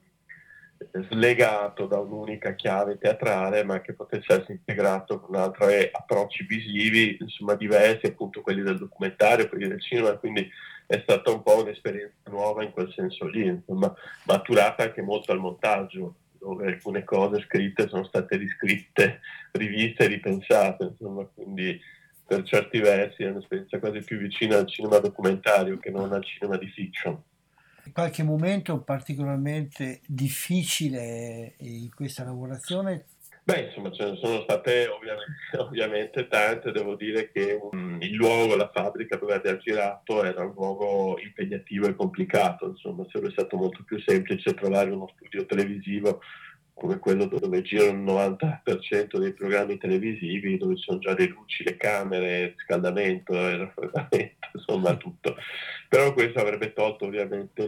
[SPEAKER 6] slegato da un'unica chiave teatrale, ma che potesse essere integrato con altri approcci visivi, insomma, diversi, appunto quelli del documentario, quelli del cinema. Quindi è stata un po' un'esperienza nuova in quel senso lì, insomma, maturata anche molto al montaggio, dove alcune cose scritte sono state riscritte, riviste e ripensate, insomma, quindi per certi versi è un'esperienza quasi più vicina al cinema documentario che non al cinema di fiction.
[SPEAKER 2] Qualche momento particolarmente difficile in questa lavorazione?
[SPEAKER 6] Beh, insomma, ce ne sono state ovviamente tante. Devo dire che il luogo, la fabbrica dove abbiamo girato era un luogo impegnativo e complicato, insomma, sarebbe stato molto più semplice trovare uno studio televisivo come quello dove girano il 90% dei programmi televisivi, dove ci sono già le luci, le camere, il riscaldamento, il raffreddamento, insomma tutto. Però questo avrebbe tolto ovviamente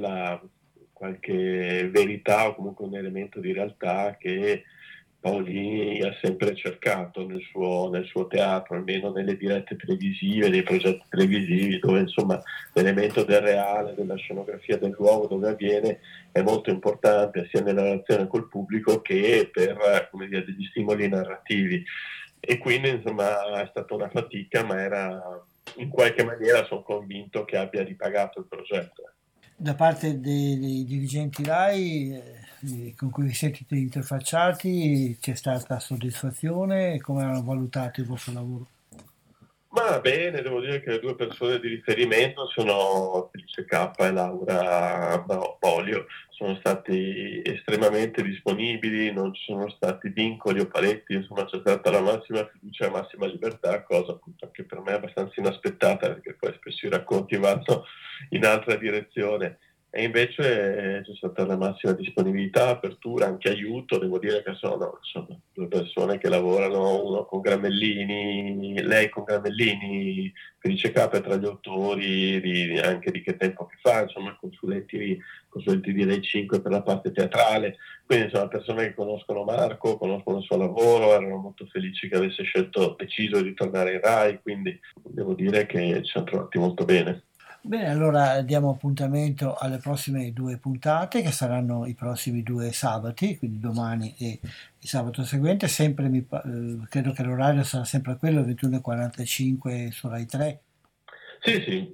[SPEAKER 6] qualche verità o comunque un elemento di realtà che Paolini ha sempre cercato nel suo teatro, almeno nelle dirette televisive, nei progetti televisivi, dove insomma l'elemento del reale, della scenografia del luogo dove avviene è molto importante sia nella relazione col pubblico che per, come dire, degli stimoli narrativi. E quindi insomma è stata una fatica, ma era in qualche maniera, sono convinto che abbia ripagato il progetto.
[SPEAKER 2] Da parte dei dirigenti RAI con cui vi siete interfacciati c'è stata soddisfazione? Come hanno valutato il vostro lavoro?
[SPEAKER 6] Ma bene, devo dire che le due persone di riferimento sono Felice K e Laura Bolio, sono stati estremamente disponibili, non ci sono stati vincoli o paletti, insomma c'è stata la massima fiducia e la massima libertà, cosa appunto anche per me abbastanza inaspettata, perché poi spesso i racconti vanno in altra direzione. E invece c'è stata la massima disponibilità, apertura, anche aiuto. Devo dire che sono due persone che lavorano, uno con Gramellini, lei con Gramellini, Felice Capra tra gli autori anche di Che tempo che fa, insomma consulenti di Rai 5 per la parte teatrale. Quindi sono persone che conoscono Marco, conoscono il suo lavoro, erano molto felici che avesse deciso di tornare in Rai, quindi devo dire che ci siamo trovati molto bene.
[SPEAKER 2] Bene, allora diamo appuntamento alle prossime 2 puntate, che saranno i prossimi 2 sabati, quindi domani e il sabato seguente. Sempre credo che l'orario sarà sempre quello, 21:45 su Rai 3.
[SPEAKER 6] Sì,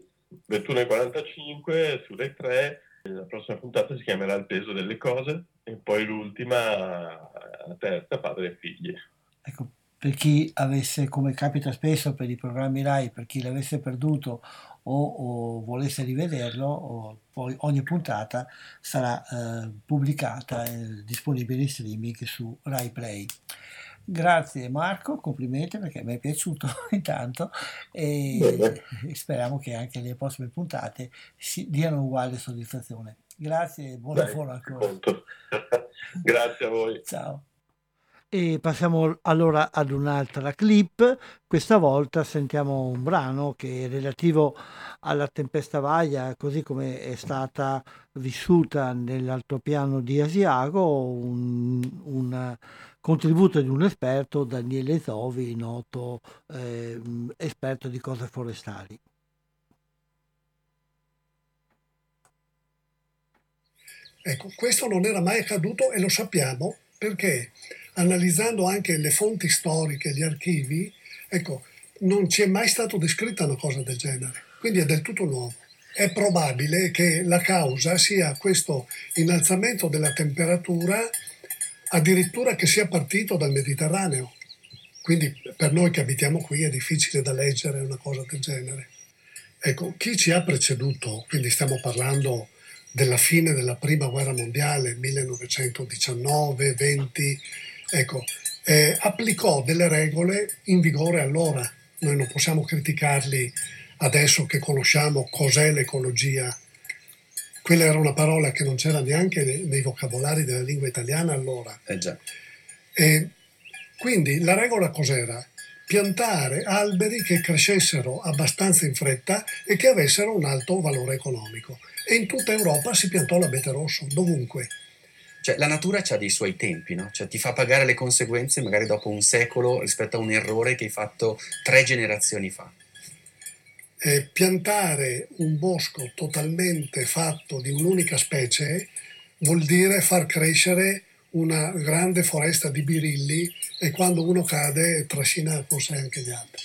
[SPEAKER 6] 21:45 su Rai 3. La prossima puntata si chiamerà Il peso delle cose e poi l'ultima, la terza, Padre e figli.
[SPEAKER 2] Ecco, per chi avesse, come capita spesso per i programmi Rai, per chi l'avesse perduto o volesse rivederlo, poi ogni puntata sarà pubblicata e disponibile in streaming su Rai Play. Grazie Marco, complimenti perché mi è piaciuto intanto e speriamo che anche le prossime puntate diano uguale soddisfazione. Grazie e buon lavoro ancora.
[SPEAKER 6] Grazie a voi.
[SPEAKER 2] Ciao. E passiamo allora ad un'altra clip. Questa volta sentiamo un brano che è relativo alla tempesta Vaia, così come è stata vissuta nell'altopiano di Asiago, un contributo di un esperto, Daniele Zovi, noto esperto di cose forestali.
[SPEAKER 7] Ecco, questo non era mai accaduto e lo sappiamo perché analizzando anche le fonti storiche, gli archivi, ecco, non ci è mai stato descritta una cosa del genere, quindi è del tutto nuovo. È probabile che la causa sia questo innalzamento della temperatura, addirittura che sia partito dal Mediterraneo. Quindi per noi che abitiamo qui è difficile da leggere una cosa del genere. Ecco, chi ci ha preceduto, quindi stiamo parlando della fine della prima guerra mondiale, 1919-20, ecco, applicò delle regole in vigore allora. Noi non possiamo criticarli adesso che conosciamo cos'è l'ecologia. Quella era una parola che non c'era neanche nei vocabolari della lingua italiana allora.
[SPEAKER 5] Già.
[SPEAKER 7] Quindi la regola cos'era? Piantare alberi che crescessero abbastanza in fretta e che avessero un alto valore economico. E in tutta Europa si piantò l'abete rosso, dovunque.
[SPEAKER 5] Cioè, la natura ha dei suoi tempi, no? Cioè, ti fa pagare le conseguenze magari dopo un secolo rispetto a un errore che hai fatto 3 generazioni fa.
[SPEAKER 7] Piantare un bosco totalmente fatto di un'unica specie vuol dire far crescere una grande foresta di birilli e quando uno cade trascina con sé anche gli altri.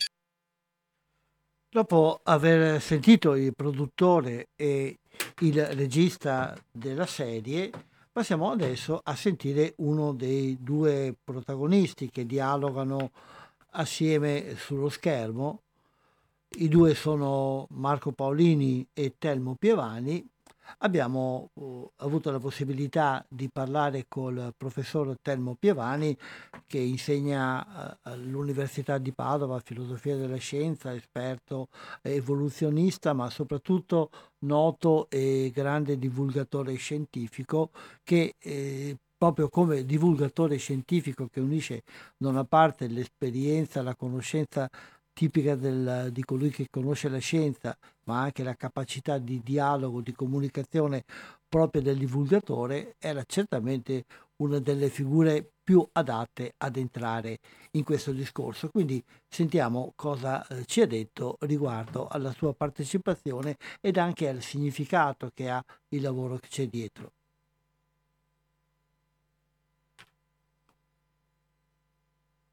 [SPEAKER 2] Dopo aver sentito il produttore e il regista della serie, passiamo adesso a sentire uno dei 2 protagonisti che dialogano assieme sullo schermo. I 2 sono Marco Paolini e Telmo Pievani. Abbiamo avuto la possibilità di parlare col professor Telmo Pievani, che insegna all'Università di Padova filosofia della scienza, esperto evoluzionista, ma soprattutto noto e grande divulgatore scientifico che proprio come divulgatore scientifico che unisce da una parte l'esperienza, la conoscenza tipica di colui che conosce la scienza, ma anche la capacità di dialogo, di comunicazione propria del divulgatore, era certamente una delle figure più adatte ad entrare in questo discorso. Quindi sentiamo cosa ci ha detto riguardo alla sua partecipazione ed anche al significato che ha il lavoro che c'è dietro.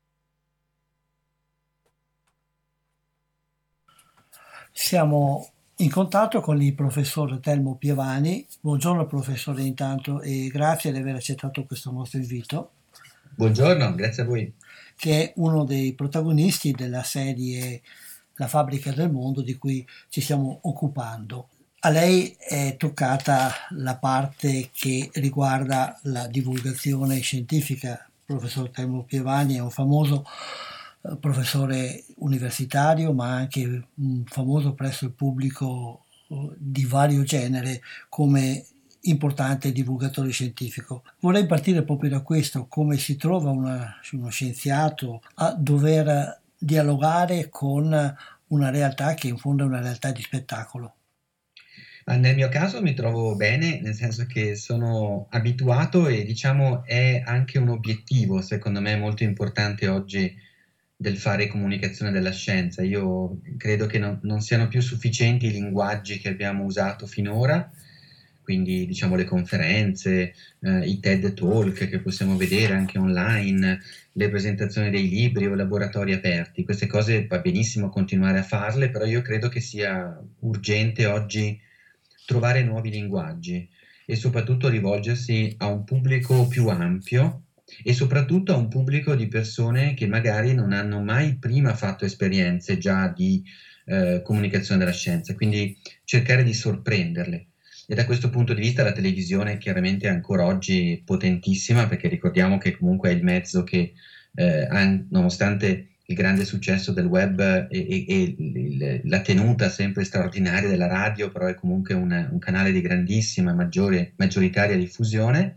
[SPEAKER 2] Siamo in contatto con il professor Telmo Pievani. Buongiorno professore intanto e grazie di aver accettato questo nostro invito.
[SPEAKER 8] Buongiorno, grazie a voi.
[SPEAKER 2] Che è uno dei protagonisti della serie La fabbrica del mondo di cui ci stiamo occupando. A lei è toccata la parte che riguarda la divulgazione scientifica. Il professor Telmo Pievani è un famoso professore universitario, ma anche famoso presso il pubblico di vario genere come importante divulgatore scientifico. Vorrei partire proprio da questo: come si trova uno scienziato a dover dialogare con una realtà che in fondo è una realtà di spettacolo.
[SPEAKER 8] Nel mio caso mi trovo bene, nel senso che sono abituato e diciamo è anche un obiettivo, secondo me, molto importante oggi del fare comunicazione della scienza. Io credo che non siano più sufficienti i linguaggi che abbiamo usato finora, quindi diciamo le conferenze, i TED Talk che possiamo vedere anche online, le presentazioni dei libri o laboratori aperti. Queste cose va benissimo continuare a farle, però io credo che sia urgente oggi trovare nuovi linguaggi e soprattutto rivolgersi a un pubblico più ampio e soprattutto a un pubblico di persone che magari non hanno mai prima fatto esperienze già di comunicazione della scienza, quindi cercare di sorprenderle. E da questo punto di vista la televisione chiaramente è ancora oggi potentissima, perché ricordiamo che comunque è il mezzo che nonostante il grande successo del web e la tenuta sempre straordinaria della radio, però è comunque un canale di grandissima, maggioritaria diffusione.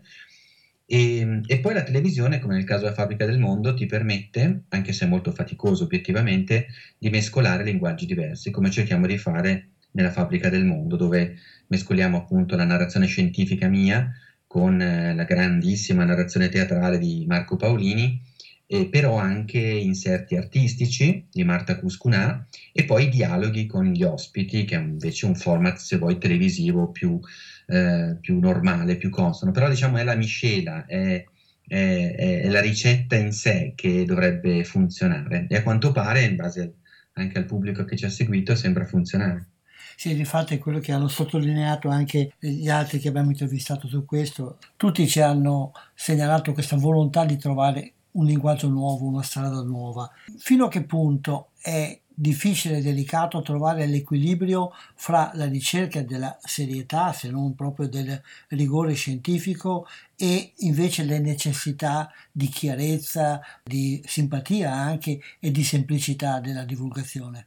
[SPEAKER 8] E poi la televisione, come nel caso della Fabbrica del Mondo, ti permette, anche se è molto faticoso obiettivamente, di mescolare linguaggi diversi, come cerchiamo di fare nella Fabbrica del Mondo, dove mescoliamo appunto la narrazione scientifica mia con la grandissima narrazione teatrale di Marco Paolini, però anche inserti artistici di Marta Cuscunà e poi dialoghi con gli ospiti, che è invece un format, se vuoi, televisivo più normale, più consono. Però diciamo è la miscela, è la ricetta in sé che dovrebbe funzionare e a quanto pare, in base anche al pubblico che ci ha seguito, sembra funzionare.
[SPEAKER 2] Sì, infatti è quello che hanno sottolineato anche gli altri che abbiamo intervistato su questo. Tutti ci hanno segnalato questa volontà di trovare un linguaggio nuovo, una strada nuova. Fino a che punto è difficile e delicato trovare l'equilibrio fra la ricerca della serietà, se non proprio del rigore scientifico, e invece le necessità di chiarezza, di simpatia anche e di semplicità della divulgazione?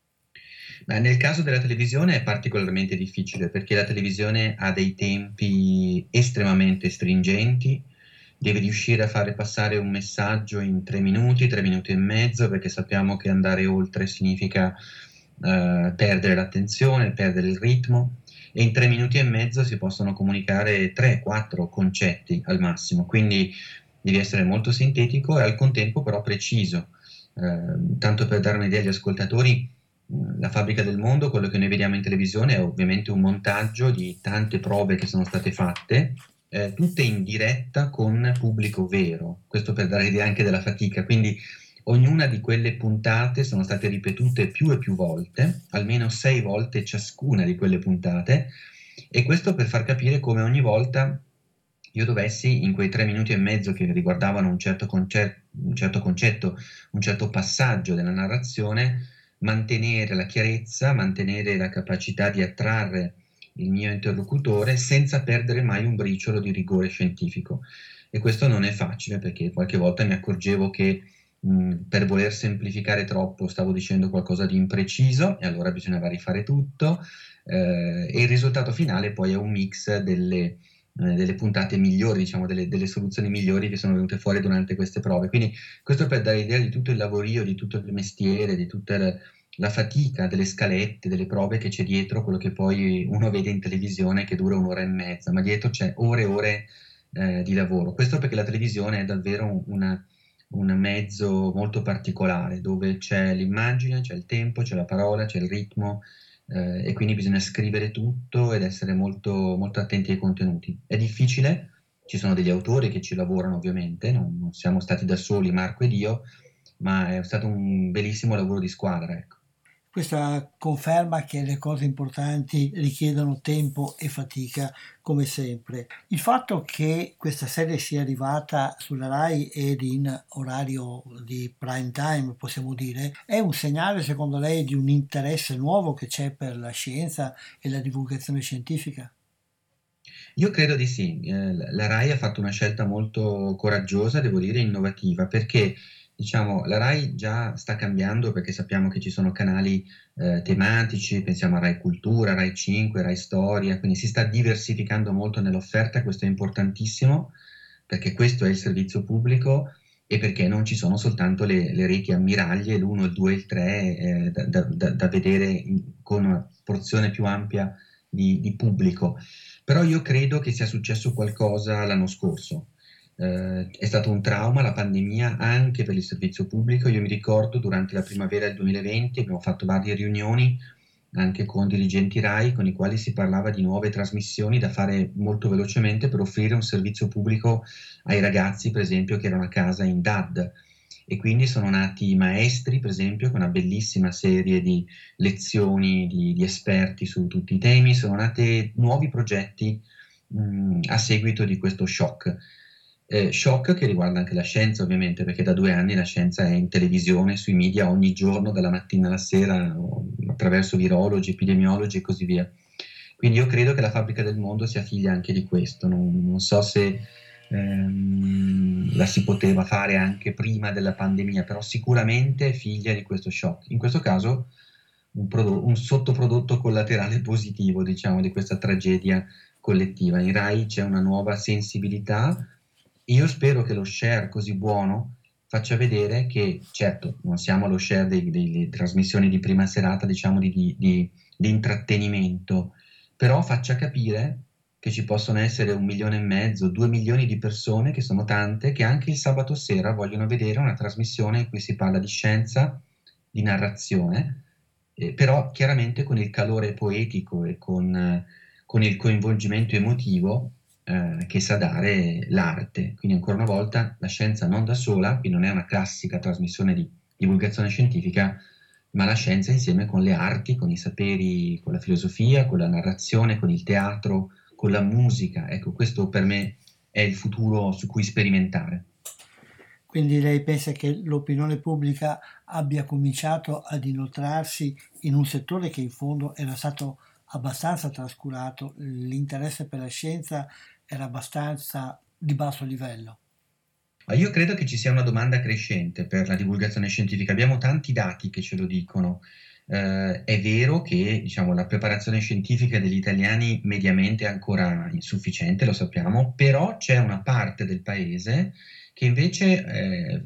[SPEAKER 8] Nel caso della televisione è particolarmente difficile, perché la televisione ha dei tempi estremamente stringenti, deve riuscire a fare passare un messaggio in 3 minuti e mezzo, perché sappiamo che andare oltre significa perdere l'attenzione, perdere il ritmo, e in 3 minuti e mezzo si possono comunicare 3-4 concetti al massimo, quindi devi essere molto sintetico e al contempo però preciso. Tanto per dare un'idea agli ascoltatori, la Fabbrica del Mondo, quello che noi vediamo in televisione, è ovviamente un montaggio di tante prove che sono state fatte, tutte in diretta con pubblico vero, questo per dare idea anche della fatica, quindi ognuna di quelle puntate sono state ripetute più e più volte, almeno 6 volte ciascuna di quelle puntate, e questo per far capire come ogni volta io dovessi, in quei 3 minuti e mezzo che riguardavano un certo concetto, un certo passaggio della narrazione, mantenere la chiarezza, mantenere la capacità di attrarre il mio interlocutore senza perdere mai un briciolo di rigore scientifico. E questo non è facile, perché qualche volta mi accorgevo che per voler semplificare troppo stavo dicendo qualcosa di impreciso e allora bisognava rifare tutto, e il risultato finale poi è un mix delle puntate migliori, diciamo delle soluzioni migliori che sono venute fuori durante queste prove. Quindi questo per dare idea di tutto il lavorio, di tutto il mestiere, di tutta la fatica delle scalette, delle prove che c'è dietro, quello che poi uno vede in televisione che dura 1 ora e mezza, ma dietro c'è ore e ore di lavoro. Questo perché la televisione è davvero un mezzo molto particolare, dove c'è l'immagine, c'è il tempo, c'è la parola, c'è il ritmo, e quindi bisogna scrivere tutto ed essere molto, molto attenti ai contenuti. È difficile, ci sono degli autori che ci lavorano ovviamente, non siamo stati da soli Marco ed io, ma è stato un bellissimo lavoro di squadra, ecco.
[SPEAKER 2] Questa conferma che le cose importanti richiedono tempo e fatica, come sempre. Il fatto che questa serie sia arrivata sulla Rai ed in orario di prime time, possiamo dire, è un segnale, secondo lei, di un interesse nuovo che c'è per la scienza e la divulgazione scientifica?
[SPEAKER 8] Io credo di sì. La Rai ha fatto una scelta molto coraggiosa, devo dire innovativa, perché diciamo la Rai già sta cambiando, perché sappiamo che ci sono canali tematici, pensiamo a Rai Cultura, Rai 5, Rai Storia, quindi si sta diversificando molto nell'offerta, questo è importantissimo, perché questo è il servizio pubblico e perché non ci sono soltanto le reti ammiraglie, l'1, il 2 e il 3, da vedere con una porzione più ampia di pubblico. Però io credo che sia successo qualcosa l'anno scorso. È stato un trauma la pandemia anche per il servizio pubblico. Io mi ricordo durante la primavera del 2020 abbiamo fatto varie riunioni anche con dirigenti RAI con i quali si parlava di nuove trasmissioni da fare molto velocemente per offrire un servizio pubblico ai ragazzi, per esempio, che erano a casa in DAD. E quindi sono nati i maestri, per esempio, con una bellissima serie di lezioni di esperti su tutti i temi, sono nati nuovi progetti a seguito di questo shock. Shock che riguarda anche la scienza, ovviamente, perché da 2 anni la scienza è in televisione, sui media ogni giorno, dalla mattina alla sera, attraverso virologi, epidemiologi e così via. Quindi io credo che la Fabbrica del Mondo sia figlia anche di questo. Non so se la si poteva fare anche prima della pandemia, però sicuramente è figlia di questo shock. In questo caso un sottoprodotto collaterale positivo, diciamo, di questa tragedia collettiva. In Rai c'è una nuova sensibilità. Io spero che lo share così buono faccia vedere che, certo, non siamo allo share delle trasmissioni di prima serata, diciamo, di intrattenimento, però faccia capire che ci possono essere 1,5 milioni, 2 milioni di persone, che sono tante, che anche il sabato sera vogliono vedere una trasmissione in cui si parla di scienza, di narrazione, però chiaramente con il calore poetico e con il coinvolgimento emotivo che sa dare l'arte. Quindi ancora una volta la scienza non da sola, quindi non è una classica trasmissione di divulgazione scientifica, ma la scienza insieme con le arti, con i saperi, con la filosofia, con la narrazione, con il teatro, con la musica. Ecco, questo per me è il futuro su cui sperimentare.
[SPEAKER 2] Quindi lei pensa che l'opinione pubblica abbia cominciato ad inoltrarsi in un settore che in fondo era stato abbastanza trascurato, l'interesse per la scienza era abbastanza di basso livello?
[SPEAKER 8] Ma io credo che ci sia una domanda crescente per la divulgazione scientifica. Abbiamo tanti dati che ce lo dicono. È vero che, diciamo, la preparazione scientifica degli italiani mediamente è ancora insufficiente, lo sappiamo, però c'è una parte del paese che invece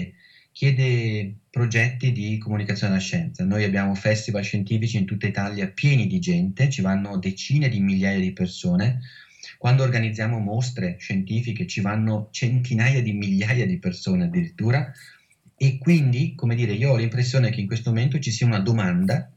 [SPEAKER 8] chiede progetti di comunicazione della scienza. Noi abbiamo festival scientifici in tutta Italia pieni di gente, ci vanno decine di migliaia di persone. Quando organizziamo mostre scientifiche ci vanno centinaia di migliaia di persone addirittura, e quindi, come dire, io ho l'impressione che in questo momento ci sia una domanda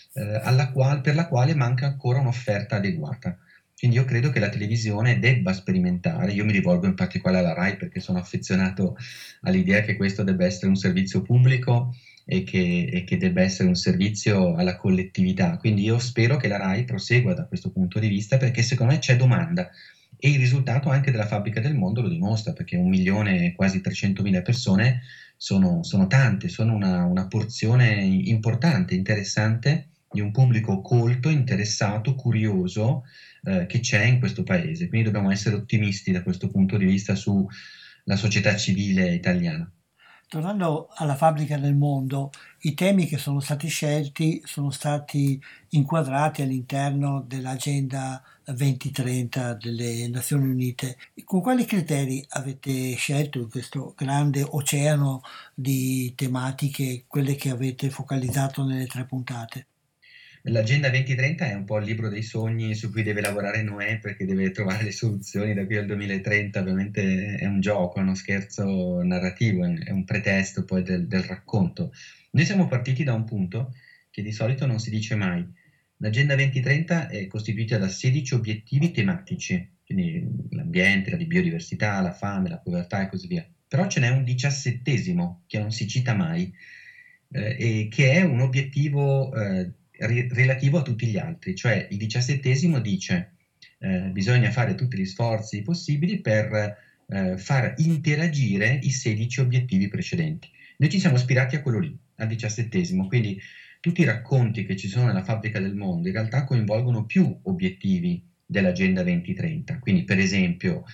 [SPEAKER 8] per la quale manca ancora un'offerta adeguata. Quindi io credo che la televisione debba sperimentare, io mi rivolgo in particolare alla Rai perché sono affezionato all'idea che questo debba essere un servizio pubblico e che debba essere un servizio alla collettività. Quindi io spero che la Rai prosegua da questo punto di vista, perché secondo me c'è domanda e il risultato anche della Fabbrica del Mondo lo dimostra, perché 1 milione e quasi 300.000 persone sono tante, sono una porzione importante, interessante di un pubblico colto, interessato, curioso che c'è in questo paese. Quindi dobbiamo essere ottimisti da questo punto di vista sulla società civile italiana.
[SPEAKER 2] Tornando alla Fabbrica del Mondo, i temi che sono stati scelti sono stati inquadrati all'interno dell'Agenda 2030 delle Nazioni Unite. Con quali criteri avete scelto in questo grande oceano di tematiche quelle che avete focalizzato nelle 3 puntate?
[SPEAKER 8] L'Agenda 2030 è un po' il libro dei sogni su cui deve lavorare Noè, perché deve trovare le soluzioni da qui al 2030. Ovviamente è un gioco, è uno scherzo narrativo, è un pretesto poi del racconto. Noi siamo partiti da un punto che di solito non si dice mai. L'Agenda 2030 è costituita da 16 obiettivi tematici, quindi l'ambiente, la biodiversità, la fame, la povertà e così via. Però ce n'è un 17° che non si cita mai. e che è un obiettivo relativo a tutti gli altri, cioè il 17° dice bisogna fare tutti gli sforzi possibili per far interagire i 16 obiettivi precedenti. Noi ci siamo ispirati a quello lì, al 17°, quindi tutti i racconti che ci sono nella Fabbrica del Mondo in realtà coinvolgono più obiettivi dell'Agenda 2030. Quindi, per esempio,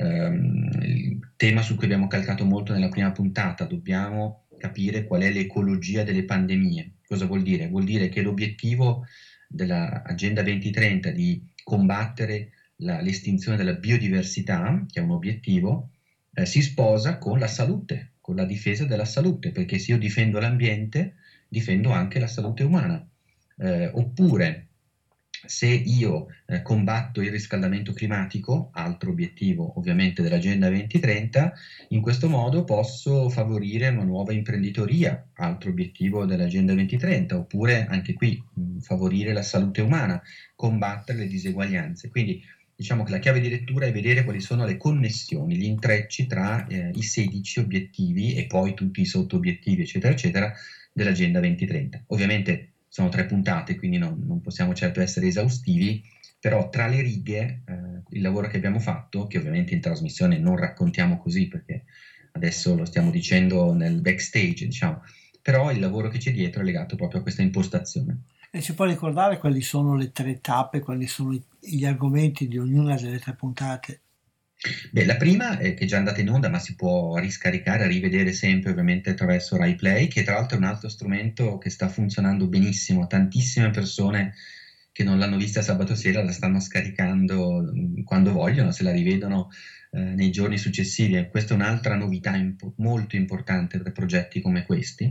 [SPEAKER 8] il tema su cui abbiamo calcato molto nella prima puntata, dobbiamo capire qual è l'ecologia delle pandemie. Cosa vuol dire? Vuol dire che l'obiettivo dell'Agenda 2030 di combattere l'estinzione della biodiversità, che è un obiettivo, si sposa con la salute, con la difesa della salute, perché se io difendo l'ambiente, difendo anche la salute umana. Oppure, se io combatto il riscaldamento climatico, altro obiettivo ovviamente dell'Agenda 2030, in questo modo posso favorire una nuova imprenditoria, altro obiettivo dell'Agenda 2030, oppure anche qui favorire la salute umana, combattere le diseguaglianze. Quindi diciamo che la chiave di lettura è vedere quali sono le connessioni, gli intrecci tra i 16 obiettivi e poi tutti i sotto-obiettivi, eccetera, eccetera, dell'Agenda 2030. Ovviamente sono 3 puntate, quindi non possiamo certo essere esaustivi, però tra le righe il lavoro che abbiamo fatto, che ovviamente in trasmissione non raccontiamo così perché adesso lo stiamo dicendo nel backstage, diciamo, però il lavoro che c'è dietro è legato proprio a questa impostazione.
[SPEAKER 2] E ci può ricordare quali sono le 3 tappe, quali sono gli argomenti di ognuna delle 3 puntate?
[SPEAKER 8] Beh, la prima è che è già andata in onda, ma si può riscaricare, rivedere sempre ovviamente attraverso Rai Play, che tra l'altro è un altro strumento che sta funzionando benissimo. Tantissime persone che non l'hanno vista sabato sera la stanno scaricando quando vogliono, se la rivedono nei giorni successivi. E questa è un'altra novità molto importante per progetti come questi.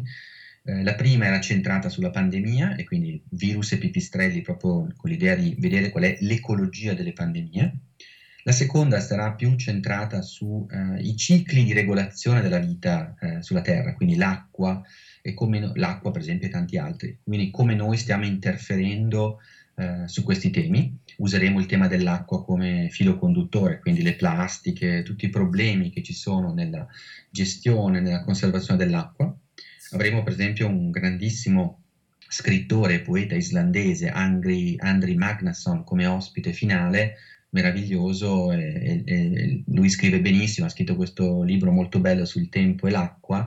[SPEAKER 8] La prima era centrata sulla pandemia e quindi virus e pipistrelli, proprio con l'idea di vedere qual è l'ecologia delle pandemie. La seconda sarà più centrata sui cicli di regolazione della vita sulla Terra, quindi l'acqua e come l'acqua per esempio e tanti altri, quindi come noi stiamo interferendo su questi temi. Useremo il tema dell'acqua come filo conduttore, quindi le plastiche, tutti i problemi che ci sono nella gestione, nella conservazione dell'acqua. Avremo per esempio un grandissimo scrittore e poeta islandese, Andri Magnusson, come ospite finale, meraviglioso, e lui scrive benissimo, ha scritto questo libro molto bello sul tempo e l'acqua,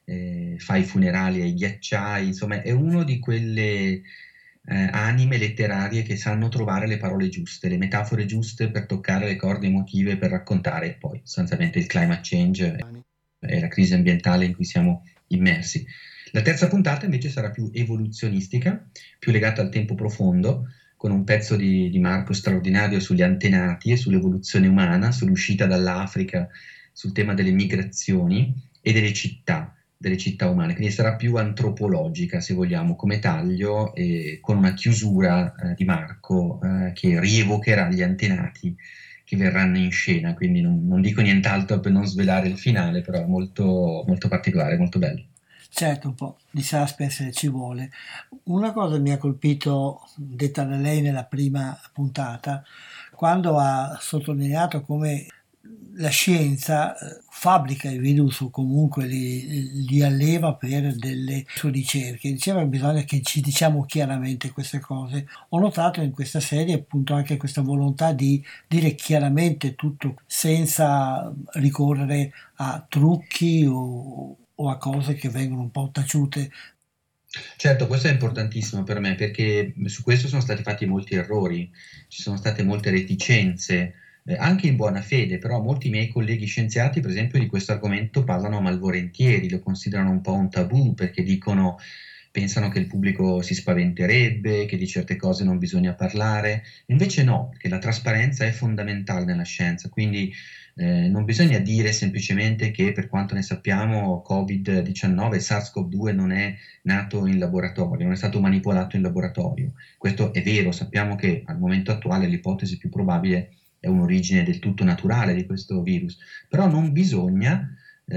[SPEAKER 8] fa i funerali ai ghiacciai, insomma è uno di quelle anime letterarie che sanno trovare le parole giuste, le metafore giuste per toccare le corde emotive, per raccontare poi sostanzialmente il climate change e la crisi ambientale in cui siamo immersi. La terza puntata invece sarà più evoluzionistica, più legata al tempo profondo, con un pezzo di Marco straordinario sugli antenati e sull'evoluzione umana, sull'uscita dall'Africa, sul tema delle migrazioni e delle città umane, quindi sarà più antropologica, se vogliamo, come taglio, e con una chiusura di Marco che rievocherà gli antenati che verranno in scena, quindi non dico nient'altro per non svelare il finale, però è molto, molto particolare, molto bello.
[SPEAKER 2] Certo, un po' di suspense ci vuole. Una cosa mi ha colpito, detta da lei nella prima puntata, quando ha sottolineato come la scienza fabbrica i virus o comunque li alleva per delle sue ricerche. Diceva che bisogna che ci diciamo chiaramente queste cose. Ho notato in questa serie appunto anche questa volontà di dire chiaramente tutto senza ricorrere a trucchi o a cose che vengono un po' taciute.
[SPEAKER 8] Certo, questo è importantissimo per me perché su questo sono stati fatti molti errori, ci sono state molte reticenze, anche in buona fede, però molti miei colleghi scienziati per esempio di questo argomento parlano malvolentieri, lo considerano un po' un tabù perché pensano che il pubblico si spaventerebbe, che di certe cose non bisogna parlare, invece no, perché la trasparenza è fondamentale nella scienza, quindi non bisogna dire semplicemente che per quanto ne sappiamo Covid-19, SARS-CoV-2 non è nato in laboratorio, non è stato manipolato in laboratorio. Questo è vero, sappiamo che al momento attuale l'ipotesi più probabile è un'origine del tutto naturale di questo virus, però non bisogna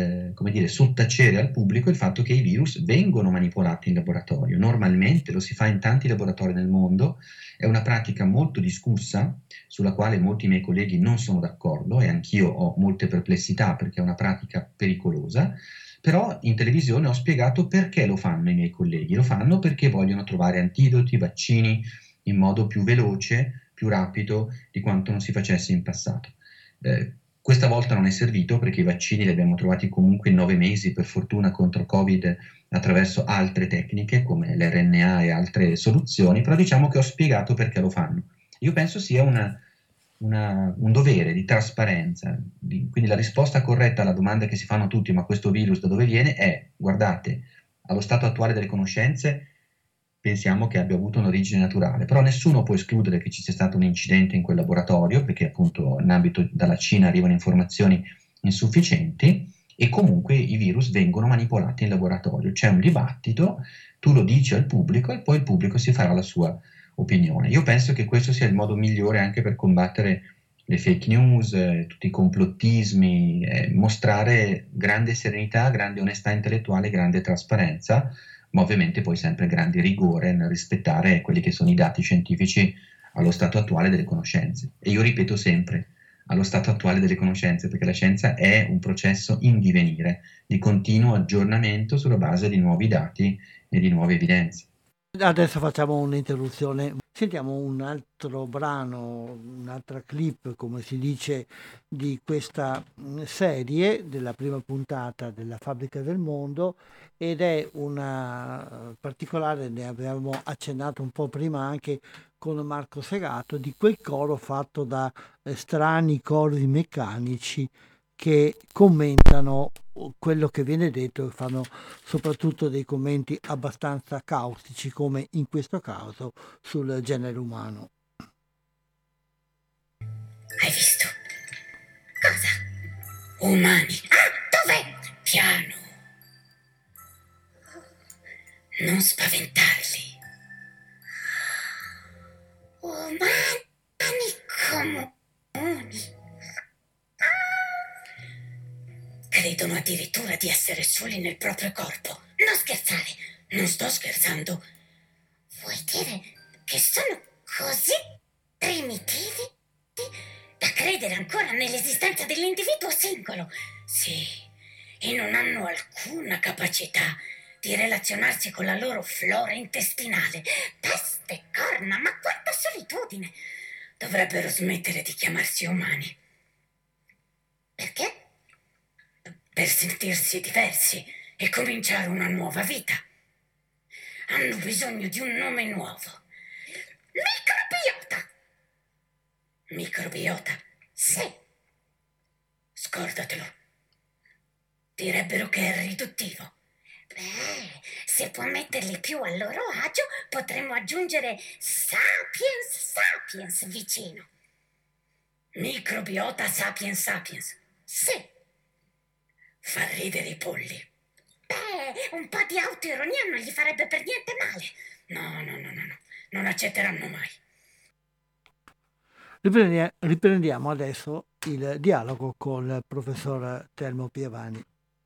[SPEAKER 8] sottacere al pubblico il fatto che i virus vengono manipolati in laboratorio. Normalmente lo si fa in tanti laboratori nel mondo, è una pratica molto discussa sulla quale molti miei colleghi non sono d'accordo e anch'io ho molte perplessità perché è una pratica pericolosa, Però in televisione ho spiegato perché lo fanno i miei colleghi. Lo fanno perché vogliono trovare antidoti, vaccini in modo più veloce, più rapido di quanto non si facesse in passato. Questa volta non è servito perché i vaccini li abbiamo trovati comunque in 9 mesi, per fortuna, contro Covid attraverso altre tecniche come l'RNA e altre soluzioni, però diciamo che ho spiegato perché lo fanno. Io penso sia un dovere di trasparenza, quindi la risposta corretta alla domanda che si fanno tutti, ma questo virus da dove viene, è: guardate, allo stato attuale delle conoscenze pensiamo che abbia avuto un'origine naturale, però nessuno può escludere che ci sia stato un incidente in quel laboratorio, perché appunto in ambito dalla Cina arrivano informazioni insufficienti, e comunque i virus vengono manipolati in laboratorio. C'è un dibattito, tu lo dici al pubblico e poi il pubblico si farà la sua opinione. Io penso che questo sia il modo migliore anche per combattere le fake news, tutti i complottismi, mostrare grande serenità, grande onestà intellettuale, grande trasparenza, ma ovviamente poi sempre grande rigore nel rispettare quelli che sono i dati scientifici allo stato attuale delle conoscenze. E io ripeto sempre, allo stato attuale delle conoscenze, perché la scienza è un processo in divenire, di continuo aggiornamento sulla base di nuovi dati e di nuove evidenze.
[SPEAKER 2] Adesso facciamo un'interruzione. Sentiamo un altro brano, un'altra clip, come si dice, di questa serie, della prima puntata della Fabbrica del Mondo, ed è una particolare, ne avevamo accennato un po' prima anche con Marco Segato, di quel coro fatto da strani cori meccanici che commentano quello che viene detto e fanno soprattutto dei commenti abbastanza caustici, come in questo caso sul genere umano.
[SPEAKER 9] Hai visto? Cosa? Umani. Ah, dov'è? Piano. Non spaventarli. Umani comuni. Credono addirittura di essere soli nel proprio corpo. Non scherzare, non sto scherzando. Vuoi dire che sono così primitivi da credere ancora nell'esistenza dell'individuo singolo? Sì, e non hanno alcuna capacità di relazionarsi con la loro flora intestinale. Peste, corna, ma quanta solitudine! Dovrebbero smettere di chiamarsi umani. Perché? Per sentirsi diversi e cominciare una nuova vita. Hanno bisogno di un nome nuovo. Microbiota! Microbiota? Sì. Scordatelo. Direbbero che è riduttivo. Beh, se può metterli più a loro agio, potremmo aggiungere sapiens vicino. Microbiota sapiens. Sì. Fa ridere i polli. Beh, un po' di autoironia non gli farebbe per niente male. No. Non accetteranno mai.
[SPEAKER 2] Riprendiamo adesso il dialogo con il professor Telmo Pievani.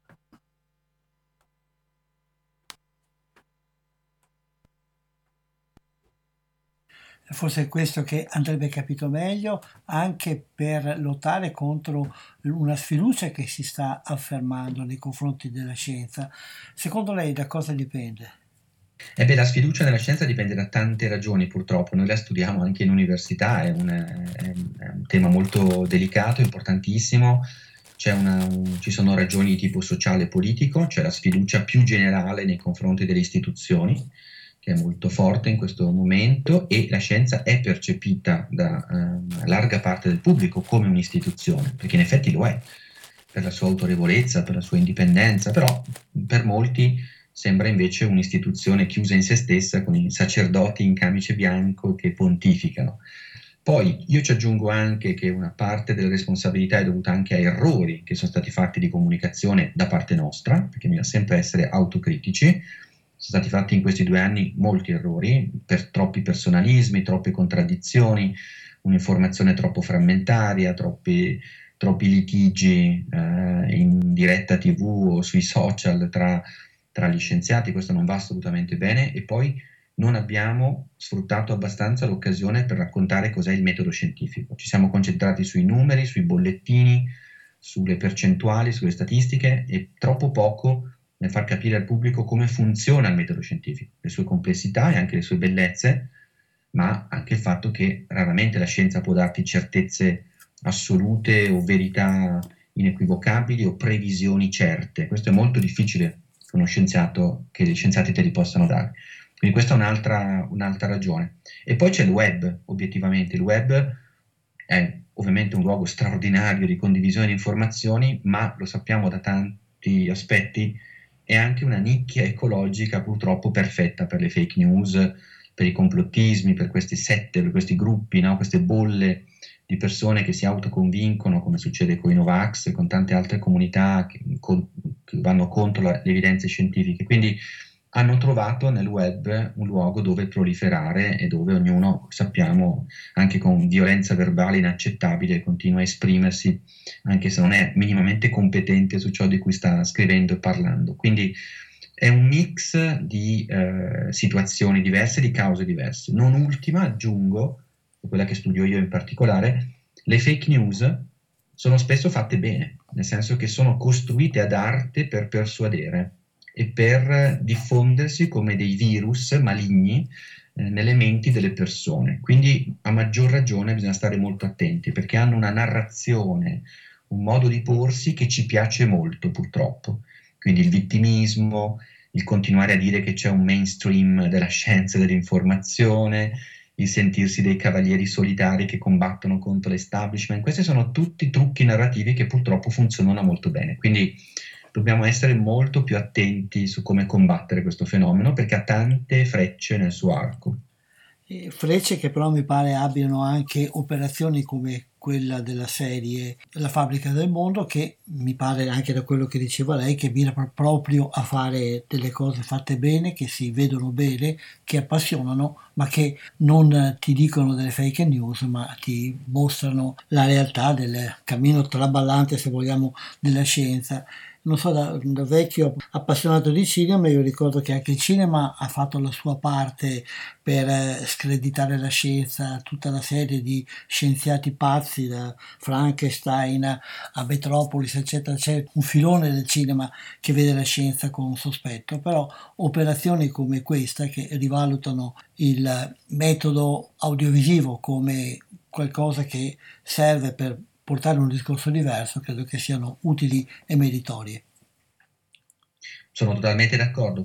[SPEAKER 2] Forse è questo che andrebbe capito meglio, anche per lottare contro una sfiducia che si sta affermando nei confronti della scienza. Secondo lei da cosa dipende?
[SPEAKER 8] La sfiducia nella scienza dipende da tante ragioni, purtroppo. Noi la studiamo anche in università, è un tema molto delicato, importantissimo. Ci sono ragioni di tipo sociale e politico, c'è la sfiducia più generale nei confronti delle istituzioni, che è molto forte in questo momento, e la scienza è percepita da larga parte del pubblico come un'istituzione, perché in effetti lo è, per la sua autorevolezza, per la sua indipendenza, però per molti sembra invece un'istituzione chiusa in se stessa, con i sacerdoti in camice bianco che pontificano. Poi io ci aggiungo anche che una parte della responsabilità è dovuta anche a errori che sono stati fatti di comunicazione da parte nostra, perché bisogna sempre essere autocritici. Sono stati fatti in questi 2 anni molti errori, per troppi personalismi, troppe contraddizioni, un'informazione troppo frammentaria, troppi litigi in diretta TV o sui social tra gli scienziati. Questo non va assolutamente bene, e poi non abbiamo sfruttato abbastanza l'occasione per raccontare cos'è il metodo scientifico. Ci siamo concentrati sui numeri, sui bollettini, sulle percentuali, sulle statistiche e troppo poco nel far capire al pubblico come funziona il metodo scientifico, le sue complessità e anche le sue bellezze, ma anche il fatto che raramente la scienza può darti certezze assolute o verità inequivocabili o previsioni certe. Questo è molto difficile con uno scienziato, che gli scienziati te li possano dare. Quindi questa è un'altra ragione. E poi c'è il web, obiettivamente. Il web è ovviamente un luogo straordinario di condivisione di informazioni, ma lo sappiamo da tanti aspetti, è anche una nicchia ecologica purtroppo perfetta per le fake news, per i complottismi, per queste sette, per questi gruppi, no? Queste bolle di persone che si autoconvincono, come succede con i Novax e con tante altre comunità che vanno contro le evidenze scientifiche. Quindi hanno trovato nel web un luogo dove proliferare e dove ognuno, sappiamo, anche con violenza verbale inaccettabile, continua a esprimersi, anche se non è minimamente competente su ciò di cui sta scrivendo e parlando. Quindi è un mix di situazioni diverse, di cause diverse. Non ultima, aggiungo, quella che studio io in particolare, le fake news sono spesso fatte bene, nel senso che sono costruite ad arte per persuadere e per diffondersi come dei virus maligni nelle menti delle persone. Quindi a maggior ragione bisogna stare molto attenti, perché hanno una narrazione, un modo di porsi che ci piace molto, purtroppo. Quindi il vittimismo, il continuare a dire che c'è un mainstream della scienza e dell'informazione, il sentirsi dei cavalieri solitari che combattono contro l'establishment. Questi sono tutti trucchi narrativi che purtroppo funzionano molto bene. Quindi dobbiamo essere molto più attenti su come combattere questo fenomeno, perché ha tante frecce nel suo arco.
[SPEAKER 2] Frecce che però mi pare abbiano anche operazioni come quella della serie La fabbrica del mondo, che mi pare, anche da quello che diceva lei, che mira proprio a fare delle cose fatte bene, che si vedono bene, che appassionano, ma che non ti dicono delle fake news, ma ti mostrano la realtà del cammino traballante, se vogliamo, della scienza. Non so, da vecchio appassionato di cinema, io ricordo che anche il cinema ha fatto la sua parte per screditare la scienza, tutta la serie di scienziati pazzi, da Frankenstein a Metropolis, eccetera. C'è un filone del cinema che vede la scienza con sospetto, però operazioni come questa, che rivalutano il metodo audiovisivo come qualcosa che serve per portare un discorso diverso, credo che siano utili e meritorie.
[SPEAKER 8] Sono totalmente d'accordo.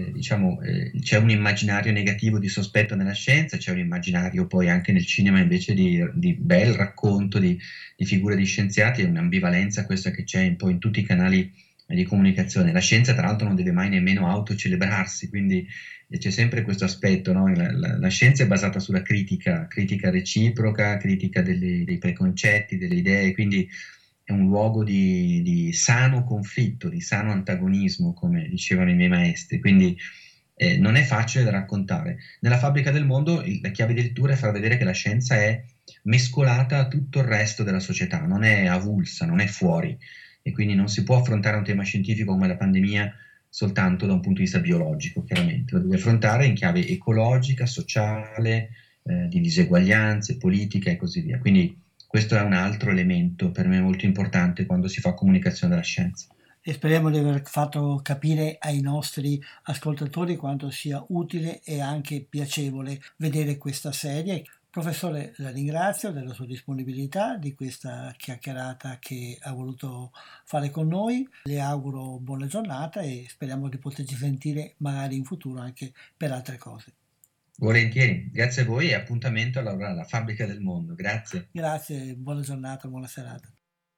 [SPEAKER 8] C'è un immaginario negativo di sospetto nella scienza, c'è un immaginario poi anche nel cinema invece di bel racconto di figure di scienziati, è un'ambivalenza questa che c'è un po' in tutti i canali di comunicazione. La scienza tra l'altro non deve mai nemmeno autocelebrarsi, quindi c'è sempre questo aspetto, no? La scienza è basata sulla critica reciproca, critica dei preconcetti, delle idee, quindi è un luogo di sano conflitto, di sano antagonismo, come dicevano i miei maestri, quindi non è facile da raccontare. Nella fabbrica del mondo la chiave di lettura è far vedere che la scienza è mescolata a tutto il resto della società, non è avulsa, non è fuori, e quindi non si può affrontare un tema scientifico come la pandemia soltanto da un punto di vista biologico, chiaramente, lo deve affrontare in chiave ecologica, sociale, di diseguaglianze, politica e così via. Quindi questo è un altro elemento per me molto importante quando si fa comunicazione della scienza.
[SPEAKER 2] E speriamo di aver fatto capire ai nostri ascoltatori quanto sia utile e anche piacevole vedere questa serie. Professore, la ringrazio della sua disponibilità, di questa chiacchierata che ha voluto fare con noi. Le auguro buona giornata e speriamo di poterci sentire magari in futuro anche per altre cose.
[SPEAKER 8] Volentieri, grazie a voi e appuntamento alla fabbrica del mondo. Grazie.
[SPEAKER 2] Grazie, buona giornata, buona serata.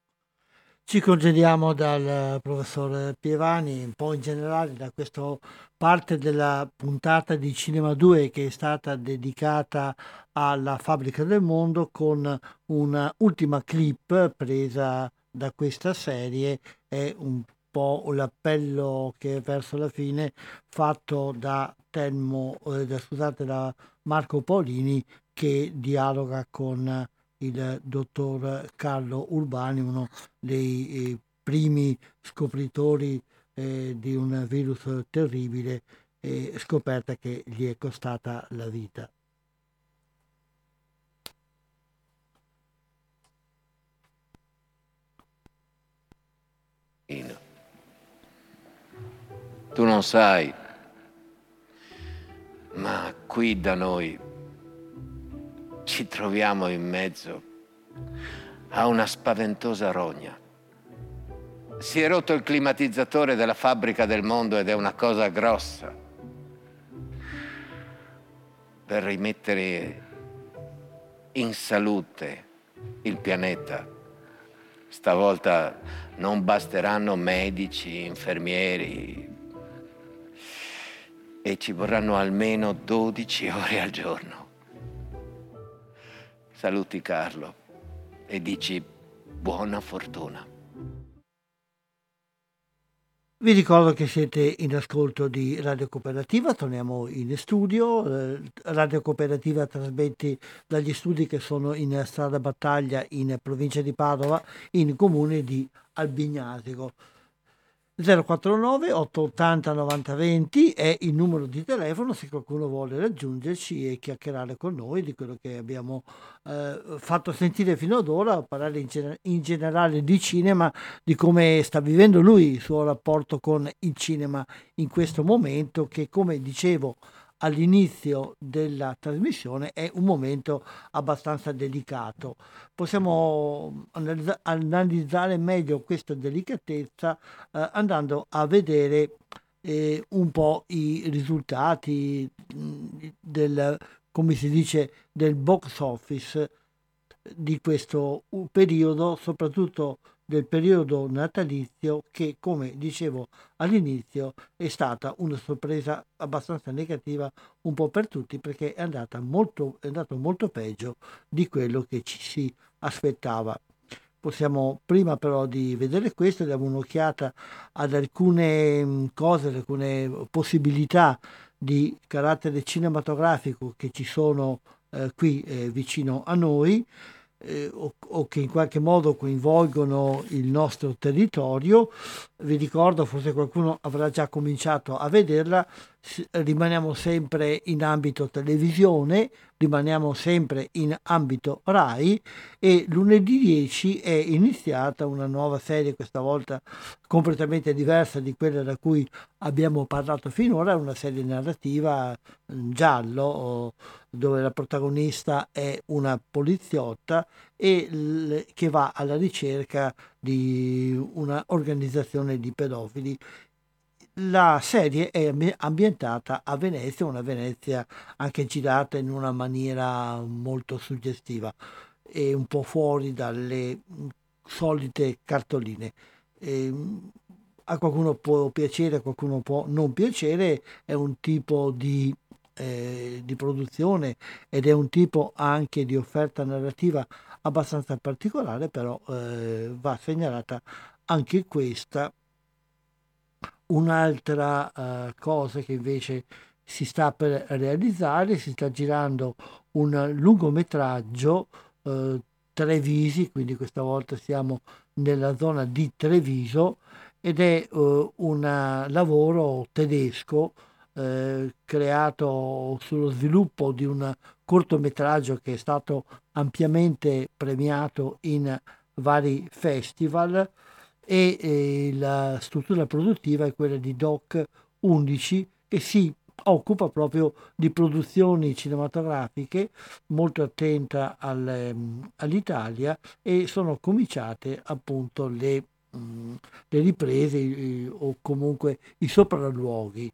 [SPEAKER 2] Ci congediamo dal professor Pievani, un po' in generale da questa parte della puntata di Cinema 2 che è stata dedicata alla fabbrica del mondo, con una ultima clip presa da questa serie. È un po' l'appello che è verso la fine fatto da da Marco Paolini, che dialoga con il dottor Carlo Urbani, uno dei primi scopritori di un virus terribile, scoperta che gli è costata la vita.
[SPEAKER 10] Tu non sai, ma qui da noi ci troviamo in mezzo a una spaventosa rogna. Si è rotto il climatizzatore della fabbrica del mondo ed è una cosa grossa. Per rimettere in salute il pianeta, stavolta non basteranno medici, infermieri e ci vorranno almeno 12 ore al giorno. Saluti Carlo e dici buona fortuna.
[SPEAKER 2] Vi ricordo che siete in ascolto di Radio Cooperativa, torniamo in studio. Radio Cooperativa trasmette dagli studi che sono in Strada Battaglia in provincia di Padova, in comune di Albignasico. 049 880 9020 è il numero di telefono se qualcuno vuole raggiungerci e chiacchierare con noi di quello che abbiamo fatto sentire fino ad ora, parlare in generale di cinema, di come sta vivendo lui il suo rapporto con il cinema in questo momento, che, come dicevo all'inizio della trasmissione, è un momento abbastanza delicato. Possiamo analizzare meglio questa delicatezza andando a vedere un po' i risultati del, come si dice, del box office di questo periodo, soprattutto del periodo natalizio, che, come dicevo all'inizio, è stata una sorpresa abbastanza negativa un po' per tutti, perché è andato molto peggio di quello che ci si aspettava. Possiamo, prima però di vedere questo, diamo un'occhiata ad alcune cose, alcune possibilità di carattere cinematografico che ci sono qui vicino a noi, o che in qualche modo coinvolgono il nostro territorio. Vi ricordo, forse qualcuno avrà già cominciato a vederla, rimaniamo sempre in ambito televisione, rimaniamo sempre in ambito Rai, e lunedì 10 è iniziata una nuova serie, questa volta completamente diversa di quella da cui abbiamo parlato finora, una serie narrativa giallo, dove la protagonista è una poliziotta e che va alla ricerca di una organizzazione di pedofili. La serie è ambientata a Venezia, una Venezia anche girata in una maniera molto suggestiva e un po' fuori dalle solite cartoline. A qualcuno può piacere, a qualcuno può non piacere, è un tipo di produzione ed è un tipo anche di offerta narrativa abbastanza particolare, però va segnalata anche questa. Un'altra cosa che invece si sta per realizzare, si sta girando un lungometraggio Trevisi, quindi questa volta siamo nella zona di Treviso, ed è un lavoro tedesco creato sullo sviluppo di un cortometraggio che è stato ampiamente premiato in vari festival, e la struttura produttiva è quella di Doc 11, che si occupa proprio di produzioni cinematografiche, molto attenta all'Italia, e sono cominciate appunto le riprese o comunque i sopralluoghi.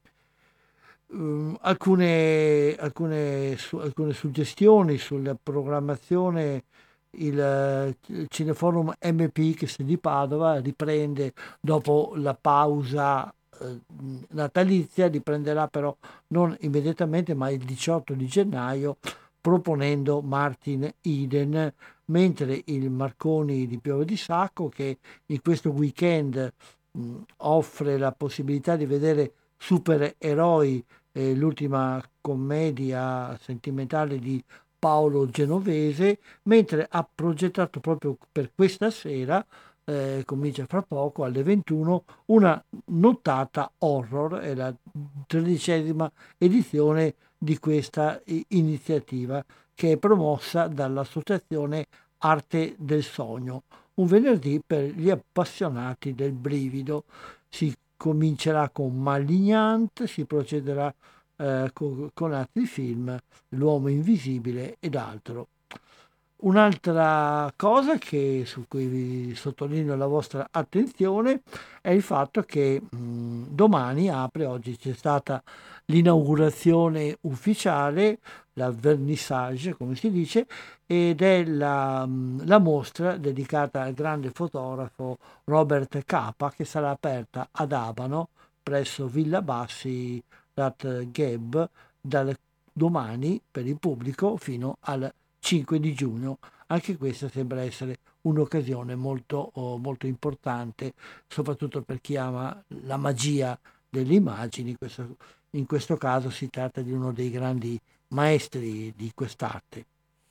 [SPEAKER 2] Alcune suggestioni sulla programmazione. Il Cineforum MPX di Padova riprende dopo la pausa natalizia, riprenderà però non immediatamente ma il 18 di gennaio, proponendo Martin Eden, mentre il Marconi di Piove di Sacco, che in questo weekend offre la possibilità di vedere Supereroi, l'ultima commedia sentimentale di Paolo Genovese, mentre ha progettato proprio per questa sera, comincia fra poco alle 21, una nottata horror, è la 13ª edizione di questa iniziativa, che è promossa dall'associazione Arte del Sogno, un venerdì per gli appassionati del brivido. Si comincerà con Malignant, si procederà con altri film, L'uomo invisibile ed altro. Un'altra cosa su cui vi sottolineo la vostra attenzione è il fatto che domani oggi c'è stata l'inaugurazione ufficiale, la vernissage come si dice, ed è la mostra dedicata al grande fotografo Robert Capa, che sarà aperta ad Abano presso Villa Bassi Rat Geb dal domani per il pubblico fino al 5 di giugno. Anche questa sembra essere un'occasione molto importante, soprattutto per chi ama la magia delle immagini. In questo caso si tratta di uno dei grandi maestri di quest'arte.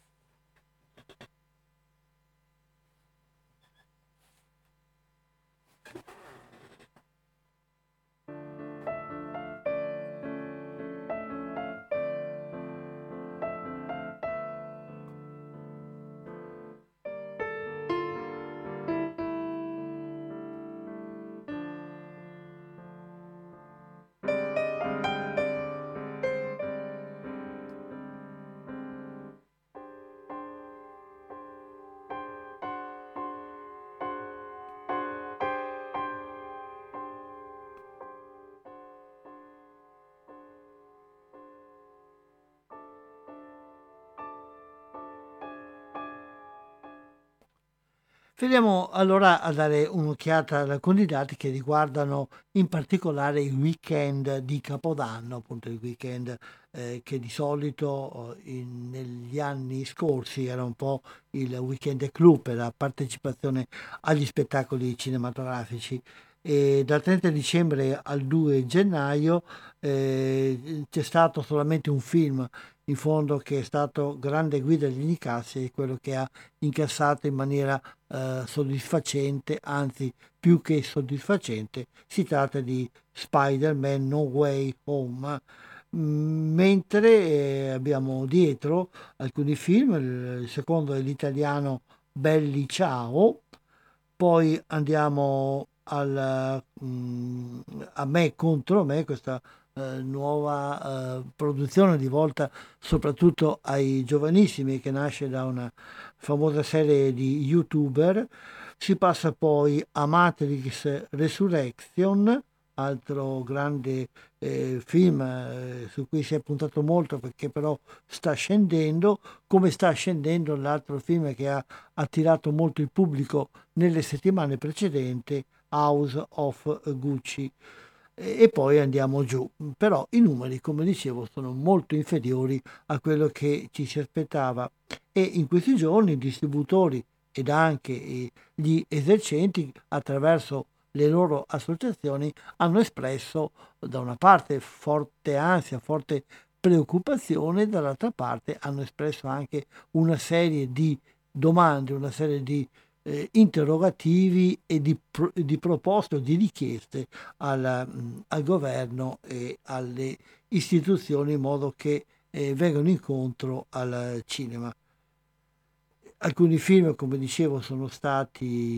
[SPEAKER 2] Veniamo allora a dare un'occhiata ad alcuni dati che riguardano in particolare il weekend di Capodanno, appunto il weekend che di solito negli anni scorsi era un po' il weekend clou per la partecipazione agli spettacoli cinematografici. E dal 30 dicembre al 2 gennaio c'è stato solamente un film in fondo che è stato grande guida degli incassi, quello che ha incassato in maniera soddisfacente, anzi più che soddisfacente. Si tratta di Spider-Man No Way Home, mentre abbiamo dietro alcuni film. Il secondo è l'italiano Belli Ciao, poi andiamo A me contro me, questa nuova produzione rivolta soprattutto ai giovanissimi, che nasce da una famosa serie di YouTuber. Si passa poi a Matrix Resurrection, altro grande film su cui si è puntato molto, perché però sta scendendo, come sta scendendo l'altro film che ha attirato molto il pubblico nelle settimane precedenti, House of Gucci. E poi andiamo giù, però i numeri, come dicevo, sono molto inferiori a quello che ci si aspettava, e in questi giorni i distributori ed anche gli esercenti, attraverso le loro associazioni, hanno espresso da una parte forte ansia, forte preoccupazione, dall'altra parte hanno espresso anche una serie di domande, una serie di interrogativi e di proposte o di richieste al governo e alle istituzioni, in modo che vengano incontro al cinema. Alcuni film, come dicevo, sono stati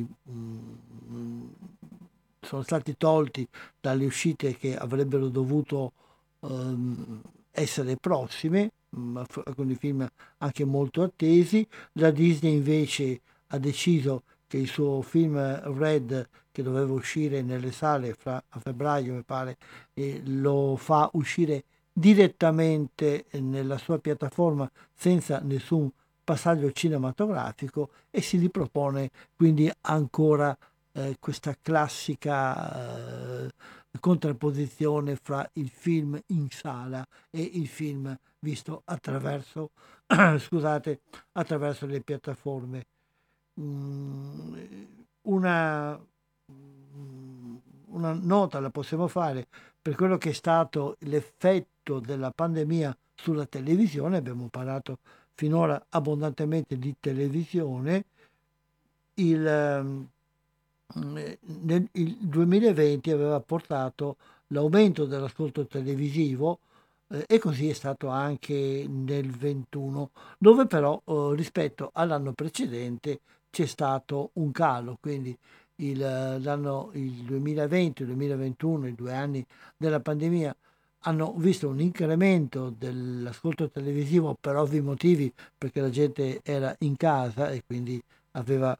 [SPEAKER 2] tolti dalle uscite che avrebbero dovuto essere prossime, alcuni film anche molto attesi. La Disney invece ha deciso che il suo film Red, che doveva uscire nelle sale a febbraio, mi pare, lo fa uscire direttamente nella sua piattaforma senza nessun passaggio cinematografico, e si ripropone quindi ancora questa classica contrapposizione fra il film in sala e il film visto attraverso attraverso le piattaforme. Una nota la possiamo fare per quello che è stato l'effetto della pandemia sulla televisione. Abbiamo parlato finora abbondantemente di televisione. Il 2020 aveva portato l'aumento dell'ascolto televisivo, e così è stato anche nel 2021, dove però rispetto all'anno precedente c'è stato un calo, quindi il 2020, il 2021, i 2 anni della pandemia, hanno visto un incremento dell'ascolto televisivo per ovvi motivi, perché la gente era in casa e quindi aveva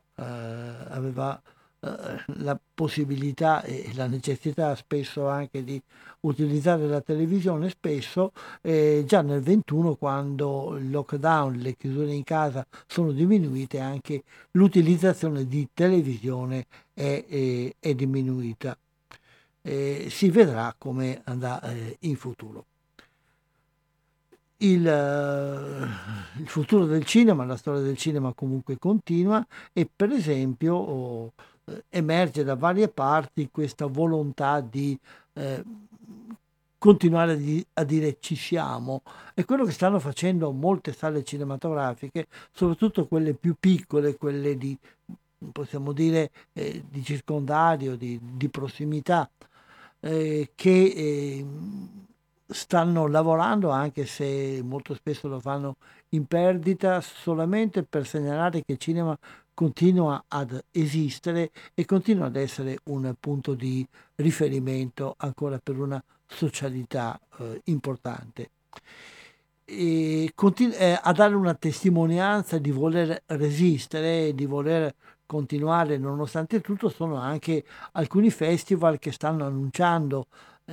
[SPEAKER 2] la possibilità e la necessità spesso anche di utilizzare la televisione spesso, già nel 21, quando il lockdown, le chiusure in casa sono diminuite, anche l'utilizzazione di televisione è diminuita. Si vedrà come andrà in futuro. Il futuro del cinema, la storia del cinema comunque continua, e per esempio emerge da varie parti questa volontà di continuare a dire ci siamo. È quello che stanno facendo molte sale cinematografiche, soprattutto quelle più piccole, quelle di, possiamo dire, di circondario, di prossimità, che stanno lavorando, anche se molto spesso lo fanno in perdita, solamente per segnalare che il cinema continua ad esistere e continua ad essere un punto di riferimento ancora per una socialità importante. E a dare una testimonianza di voler resistere, di voler continuare nonostante tutto, sono anche alcuni festival che stanno annunciando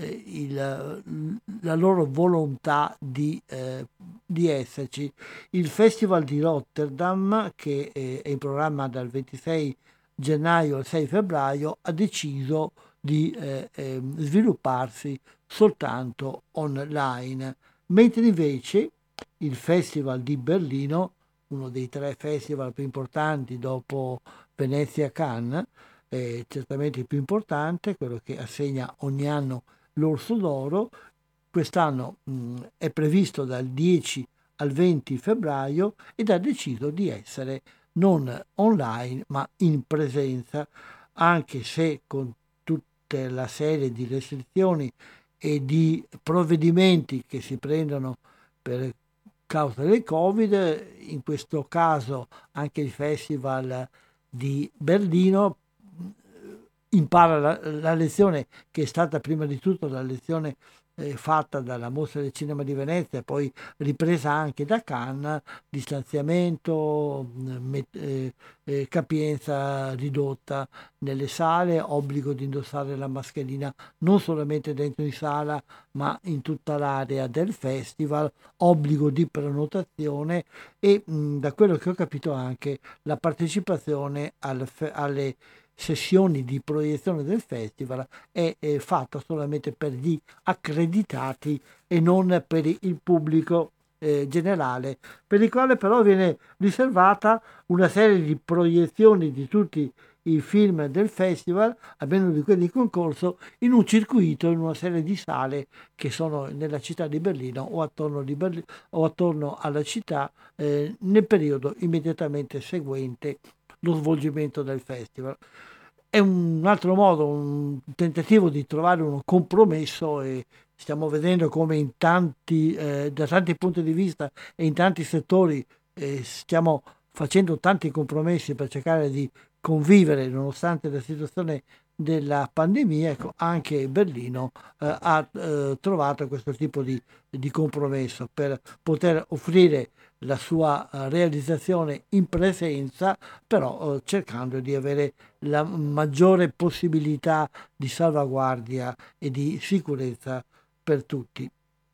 [SPEAKER 2] la loro volontà di esserci. Il Festival di Rotterdam, che è in programma dal 26 gennaio al 6 febbraio, ha deciso di svilupparsi soltanto online, mentre invece il Festival di Berlino, uno dei 3 festival più importanti dopo Venezia e Cannes, certamente il più importante, quello che assegna ogni anno l'Orso d'Oro, quest'anno è previsto dal 10 al 20 febbraio ed ha deciso di essere non online ma in presenza, anche se con tutta la serie di restrizioni e di provvedimenti che si prendono per causa del Covid. In questo caso anche il Festival di Berlino impara la lezione che è stata prima di tutto la lezione fatta dalla Mostra del Cinema di Venezia e poi ripresa anche da Cannes: distanziamento, capienza ridotta nelle sale, obbligo di indossare la mascherina non solamente dentro in sala ma in tutta l'area del festival, obbligo di prenotazione e da quello che ho capito anche la partecipazione alle sessioni di proiezione del festival è fatta solamente per gli accreditati e non per il pubblico generale, per il quale però viene riservata una serie di proiezioni di tutti i film del festival, almeno di quelli in concorso, in un circuito, in una serie di sale che sono nella città di Berlino o attorno alla città, nel periodo immediatamente seguente lo svolgimento del festival. È un altro modo, un tentativo di trovare un compromesso, e stiamo vedendo come da tanti punti di vista e in tanti settori stiamo facendo tanti compromessi per cercare di convivere nonostante la situazione della pandemia. Ecco, anche Berlino ha trovato questo tipo di compromesso per poter offrire la sua realizzazione in presenza, però cercando di avere la maggiore possibilità di salvaguardia e di sicurezza per tutti.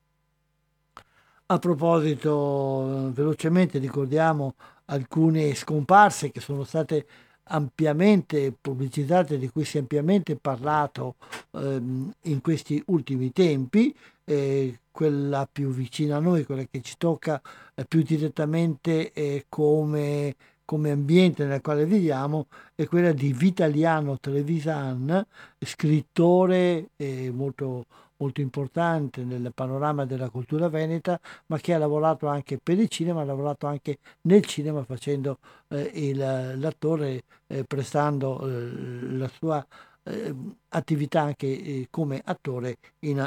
[SPEAKER 2] A proposito, velocemente ricordiamo alcune scomparse che sono state ampiamente pubblicizzate, di cui si è ampiamente parlato in questi ultimi tempi. Quella più vicina a noi, quella che ci tocca più direttamente come ambiente nel quale viviamo, è quella di Vitaliano Trevisan, scrittore molto molto importante nel panorama della cultura veneta, ma che ha lavorato anche per il cinema, ha lavorato anche nel cinema facendo l'attore, prestando la sua attività anche come attore in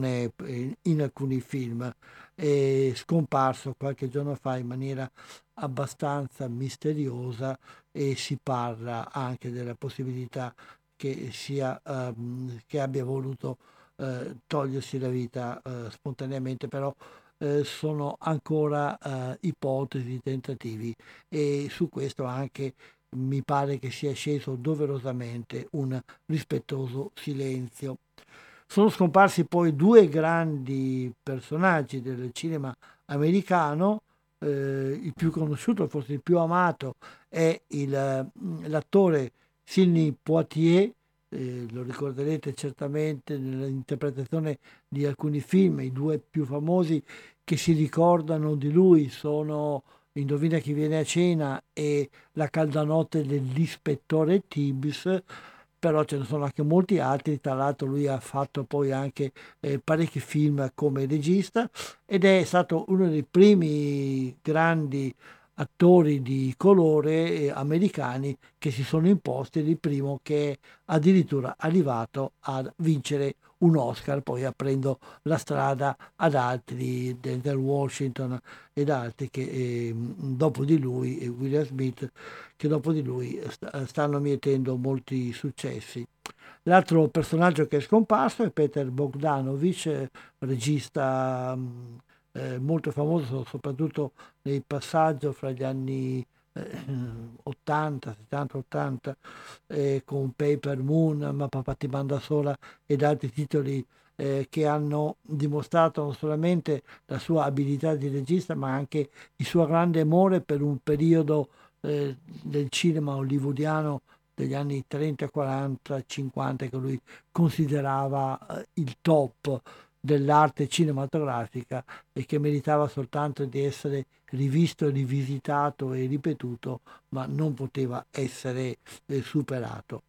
[SPEAKER 2] alcuni film. È scomparso qualche giorno fa in maniera abbastanza misteriosa, e si parla anche della possibilità che abbia voluto togliersi la vita spontaneamente, però sono ancora ipotesi, tentativi, e su questo anche mi pare che sia sceso doverosamente un rispettoso silenzio. Sono scomparsi poi due grandi personaggi del cinema americano. Il più conosciuto, forse il più amato, è l'attore Sidney Poitier. Lo ricorderete certamente nell'interpretazione di alcuni film. I due più famosi che si ricordano di lui sono Indovina chi viene a cena e La calda notte dell'ispettore Tibbs, però ce ne sono anche molti altri. Tra l'altro lui ha fatto poi anche parecchi film come regista, ed è stato uno dei primi grandi attori di colore americani che si sono imposti, il primo che è addirittura arrivato a vincere un Oscar, poi aprendo la strada ad altri, Denzel Washington ed altri che dopo di lui, e William Smith, che dopo di lui stanno mietendo molti successi. L'altro personaggio che è scomparso è Peter Bogdanovich, regista molto famoso soprattutto nel passaggio fra gli anni 80, 70, 80, con Paper Moon, Ma papà ti manda sola ed altri titoli che hanno dimostrato non solamente la sua abilità di regista, ma anche il suo grande amore per un periodo del cinema hollywoodiano degli anni 30, 40, 50, che lui considerava il top dell'arte cinematografica e che meritava soltanto di essere rivisto, rivisitato e ripetuto, ma non poteva essere superato.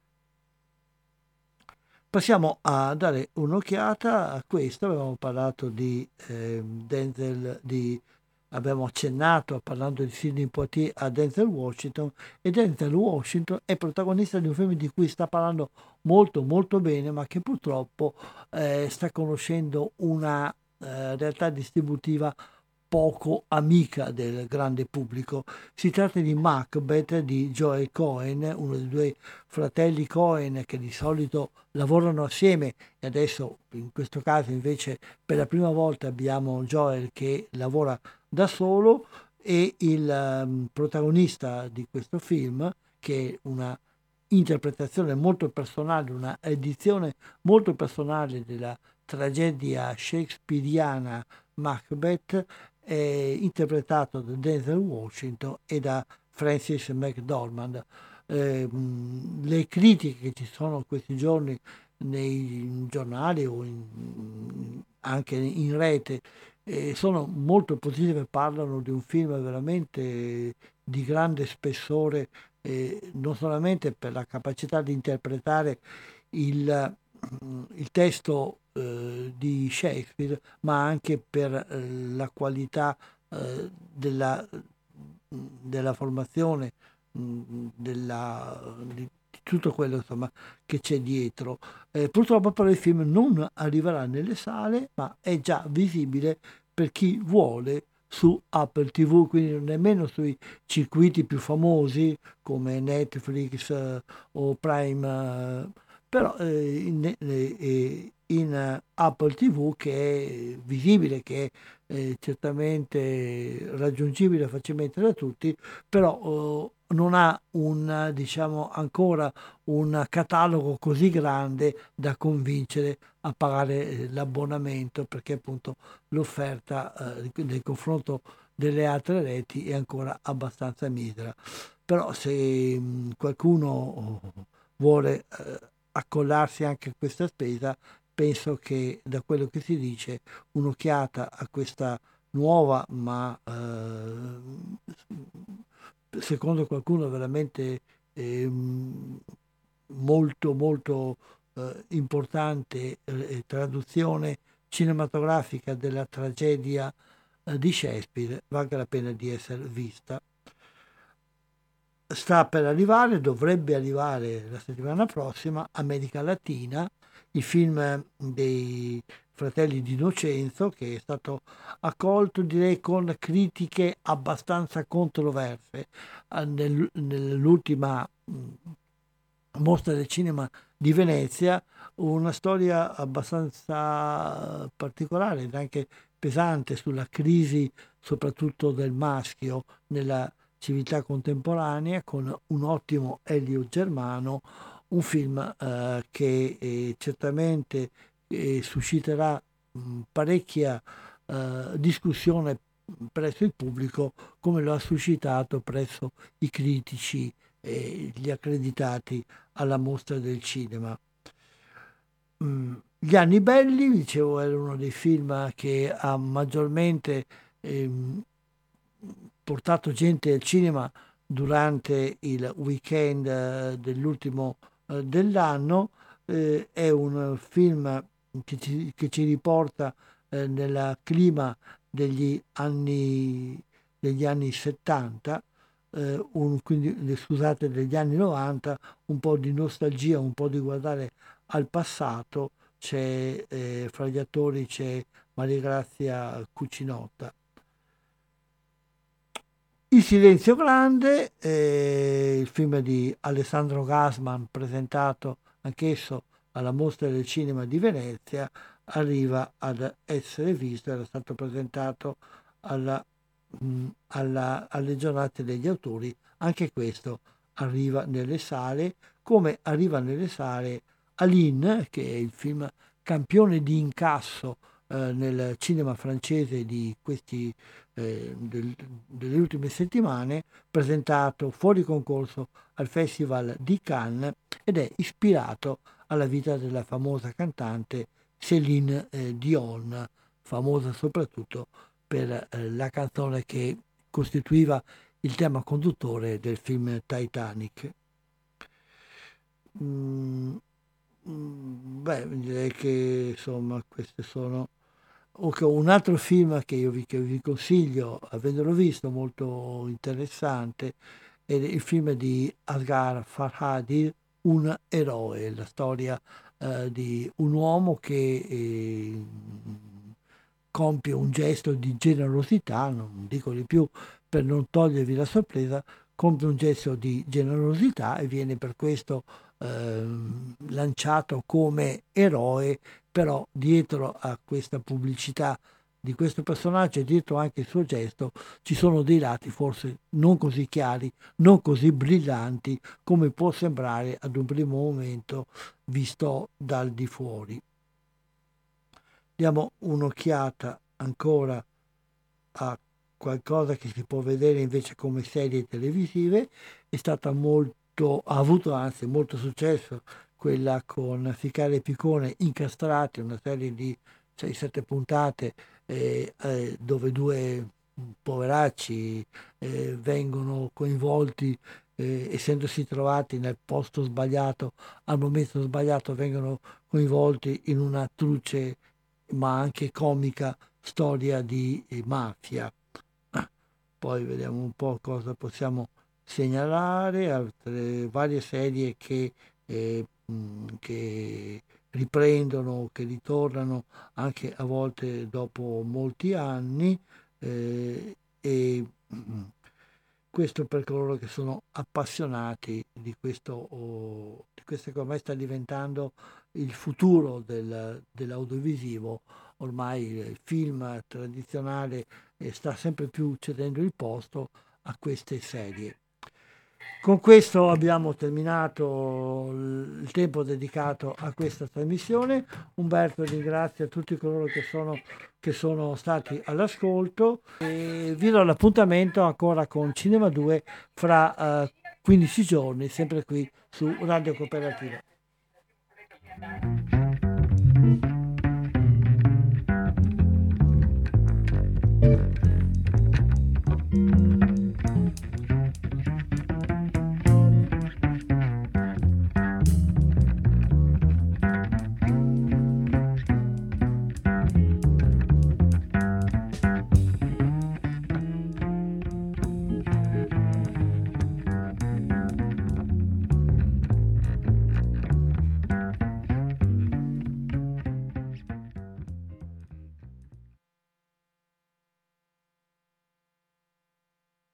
[SPEAKER 2] Passiamo a dare un'occhiata a questo. Avevamo parlato di Denzel, abbiamo accennato, parlando di Sidney Poitier, a Denzel Washington, e Denzel Washington è protagonista di un film di cui sta parlando molto molto bene, ma che purtroppo sta conoscendo una realtà distributiva poco amica del grande pubblico. Si tratta di Macbeth di Joel Cohen, uno dei due fratelli Cohen che di solito lavorano assieme, e adesso in questo caso invece per la prima volta abbiamo Joel che lavora da solo, e il protagonista di questo film, che è una interpretazione molto personale, una edizione molto personale della tragedia shakespeariana Macbeth, è interpretato da Denzel Washington e da Francis McDormand. Le critiche che ci sono questi giorni nei giornali o anche in rete sono molto positive, parlano di un film veramente di grande spessore, non solamente per la capacità di interpretare il testo di Shakespeare, ma anche per la qualità della formazione, di tutto quello insomma che c'è dietro. Purtroppo però il film non arriverà nelle sale, ma è già visibile per chi vuole su Apple TV, quindi nemmeno sui circuiti più famosi come Netflix o Prime, però in Apple TV, che è visibile, che è certamente raggiungibile facilmente da tutti, però non ha ancora un catalogo così grande da convincere a pagare l'abbonamento, perché appunto l'offerta nel confronto delle altre reti è ancora abbastanza misera. Però se qualcuno vuole accollarsi anche a questa spesa, penso che da quello che si dice un'occhiata a questa nuova, ma secondo qualcuno veramente molto molto importante traduzione cinematografica della tragedia di Shakespeare valga la pena di essere vista. sta per arrivare, dovrebbe arrivare la settimana prossima, America Latina, il film dei fratelli Di Innocenzo, che è stato accolto, direi, con critiche abbastanza controverse nell'ultima mostra del cinema di Venezia, una storia abbastanza particolare ed anche pesante sulla crisi soprattutto del maschio nella civiltà contemporanea, con un ottimo Elio Germano, un film che certamente susciterà parecchia discussione presso il pubblico, come lo ha suscitato presso i critici e gli accreditati alla mostra del cinema. Gli anni belli, dicevo, era uno dei film che ha maggiormente portato gente al cinema durante il weekend dell'ultimo dell'anno. È un film che ci riporta nel clima degli anni 70, quindi scusate, degli anni 90, un po' di nostalgia, un po' di guardare al passato. C'è fra gli attori c'è Maria Grazia Cucinotta. Il silenzio grande, il film di Alessandro Gassman, presentato anch'esso alla mostra del cinema di Venezia, arriva ad essere visto, era stato presentato alle giornate degli autori. Anche questo arriva nelle sale, come arriva nelle sale Aline, che è il film campione di incasso nel cinema francese di questi delle ultime settimane, presentato fuori concorso al Festival di Cannes ed è ispirato alla vita della famosa cantante Céline Dion, famosa soprattutto per la canzone che costituiva il tema conduttore del film Titanic. Direi che insomma queste sono. Un altro film che vi consiglio, avendolo visto, molto interessante, è il film di Asghar Farhadi, Un eroe, la storia di un uomo che compie un gesto di generosità, non dico di più per non togliervi la sorpresa, compie un gesto di generosità e viene per questo lanciato come eroe, però dietro a questa pubblicità di questo personaggio e dietro anche il suo gesto ci sono dei lati forse non così chiari, non così brillanti come può sembrare ad un primo momento visto dal di fuori. Diamo un'occhiata ancora a qualcosa che si può vedere invece come serie televisive. È stata ha avuto anzi molto successo quella con Ficcare e Piccone, Incastrati, una serie di 6-7 puntate dove due poveracci vengono coinvolti, essendosi trovati nel posto sbagliato al momento sbagliato, vengono coinvolti in una truce ma anche comica storia di mafia. Poi vediamo un po' cosa possiamo segnalare, altre varie serie che riprendono, che ritornano anche a volte dopo molti anni, e questo per coloro che sono appassionati di questo che ormai sta diventando il futuro dell'audiovisivo. Ormai il film tradizionale sta sempre più cedendo il posto a queste serie. Con questo abbiamo terminato il tempo dedicato a questa trasmissione. Umberto ringrazia tutti coloro che sono stati all'ascolto e vi do l'appuntamento ancora con Cinema 2 fra 15 giorni, sempre qui su Radio Cooperativa.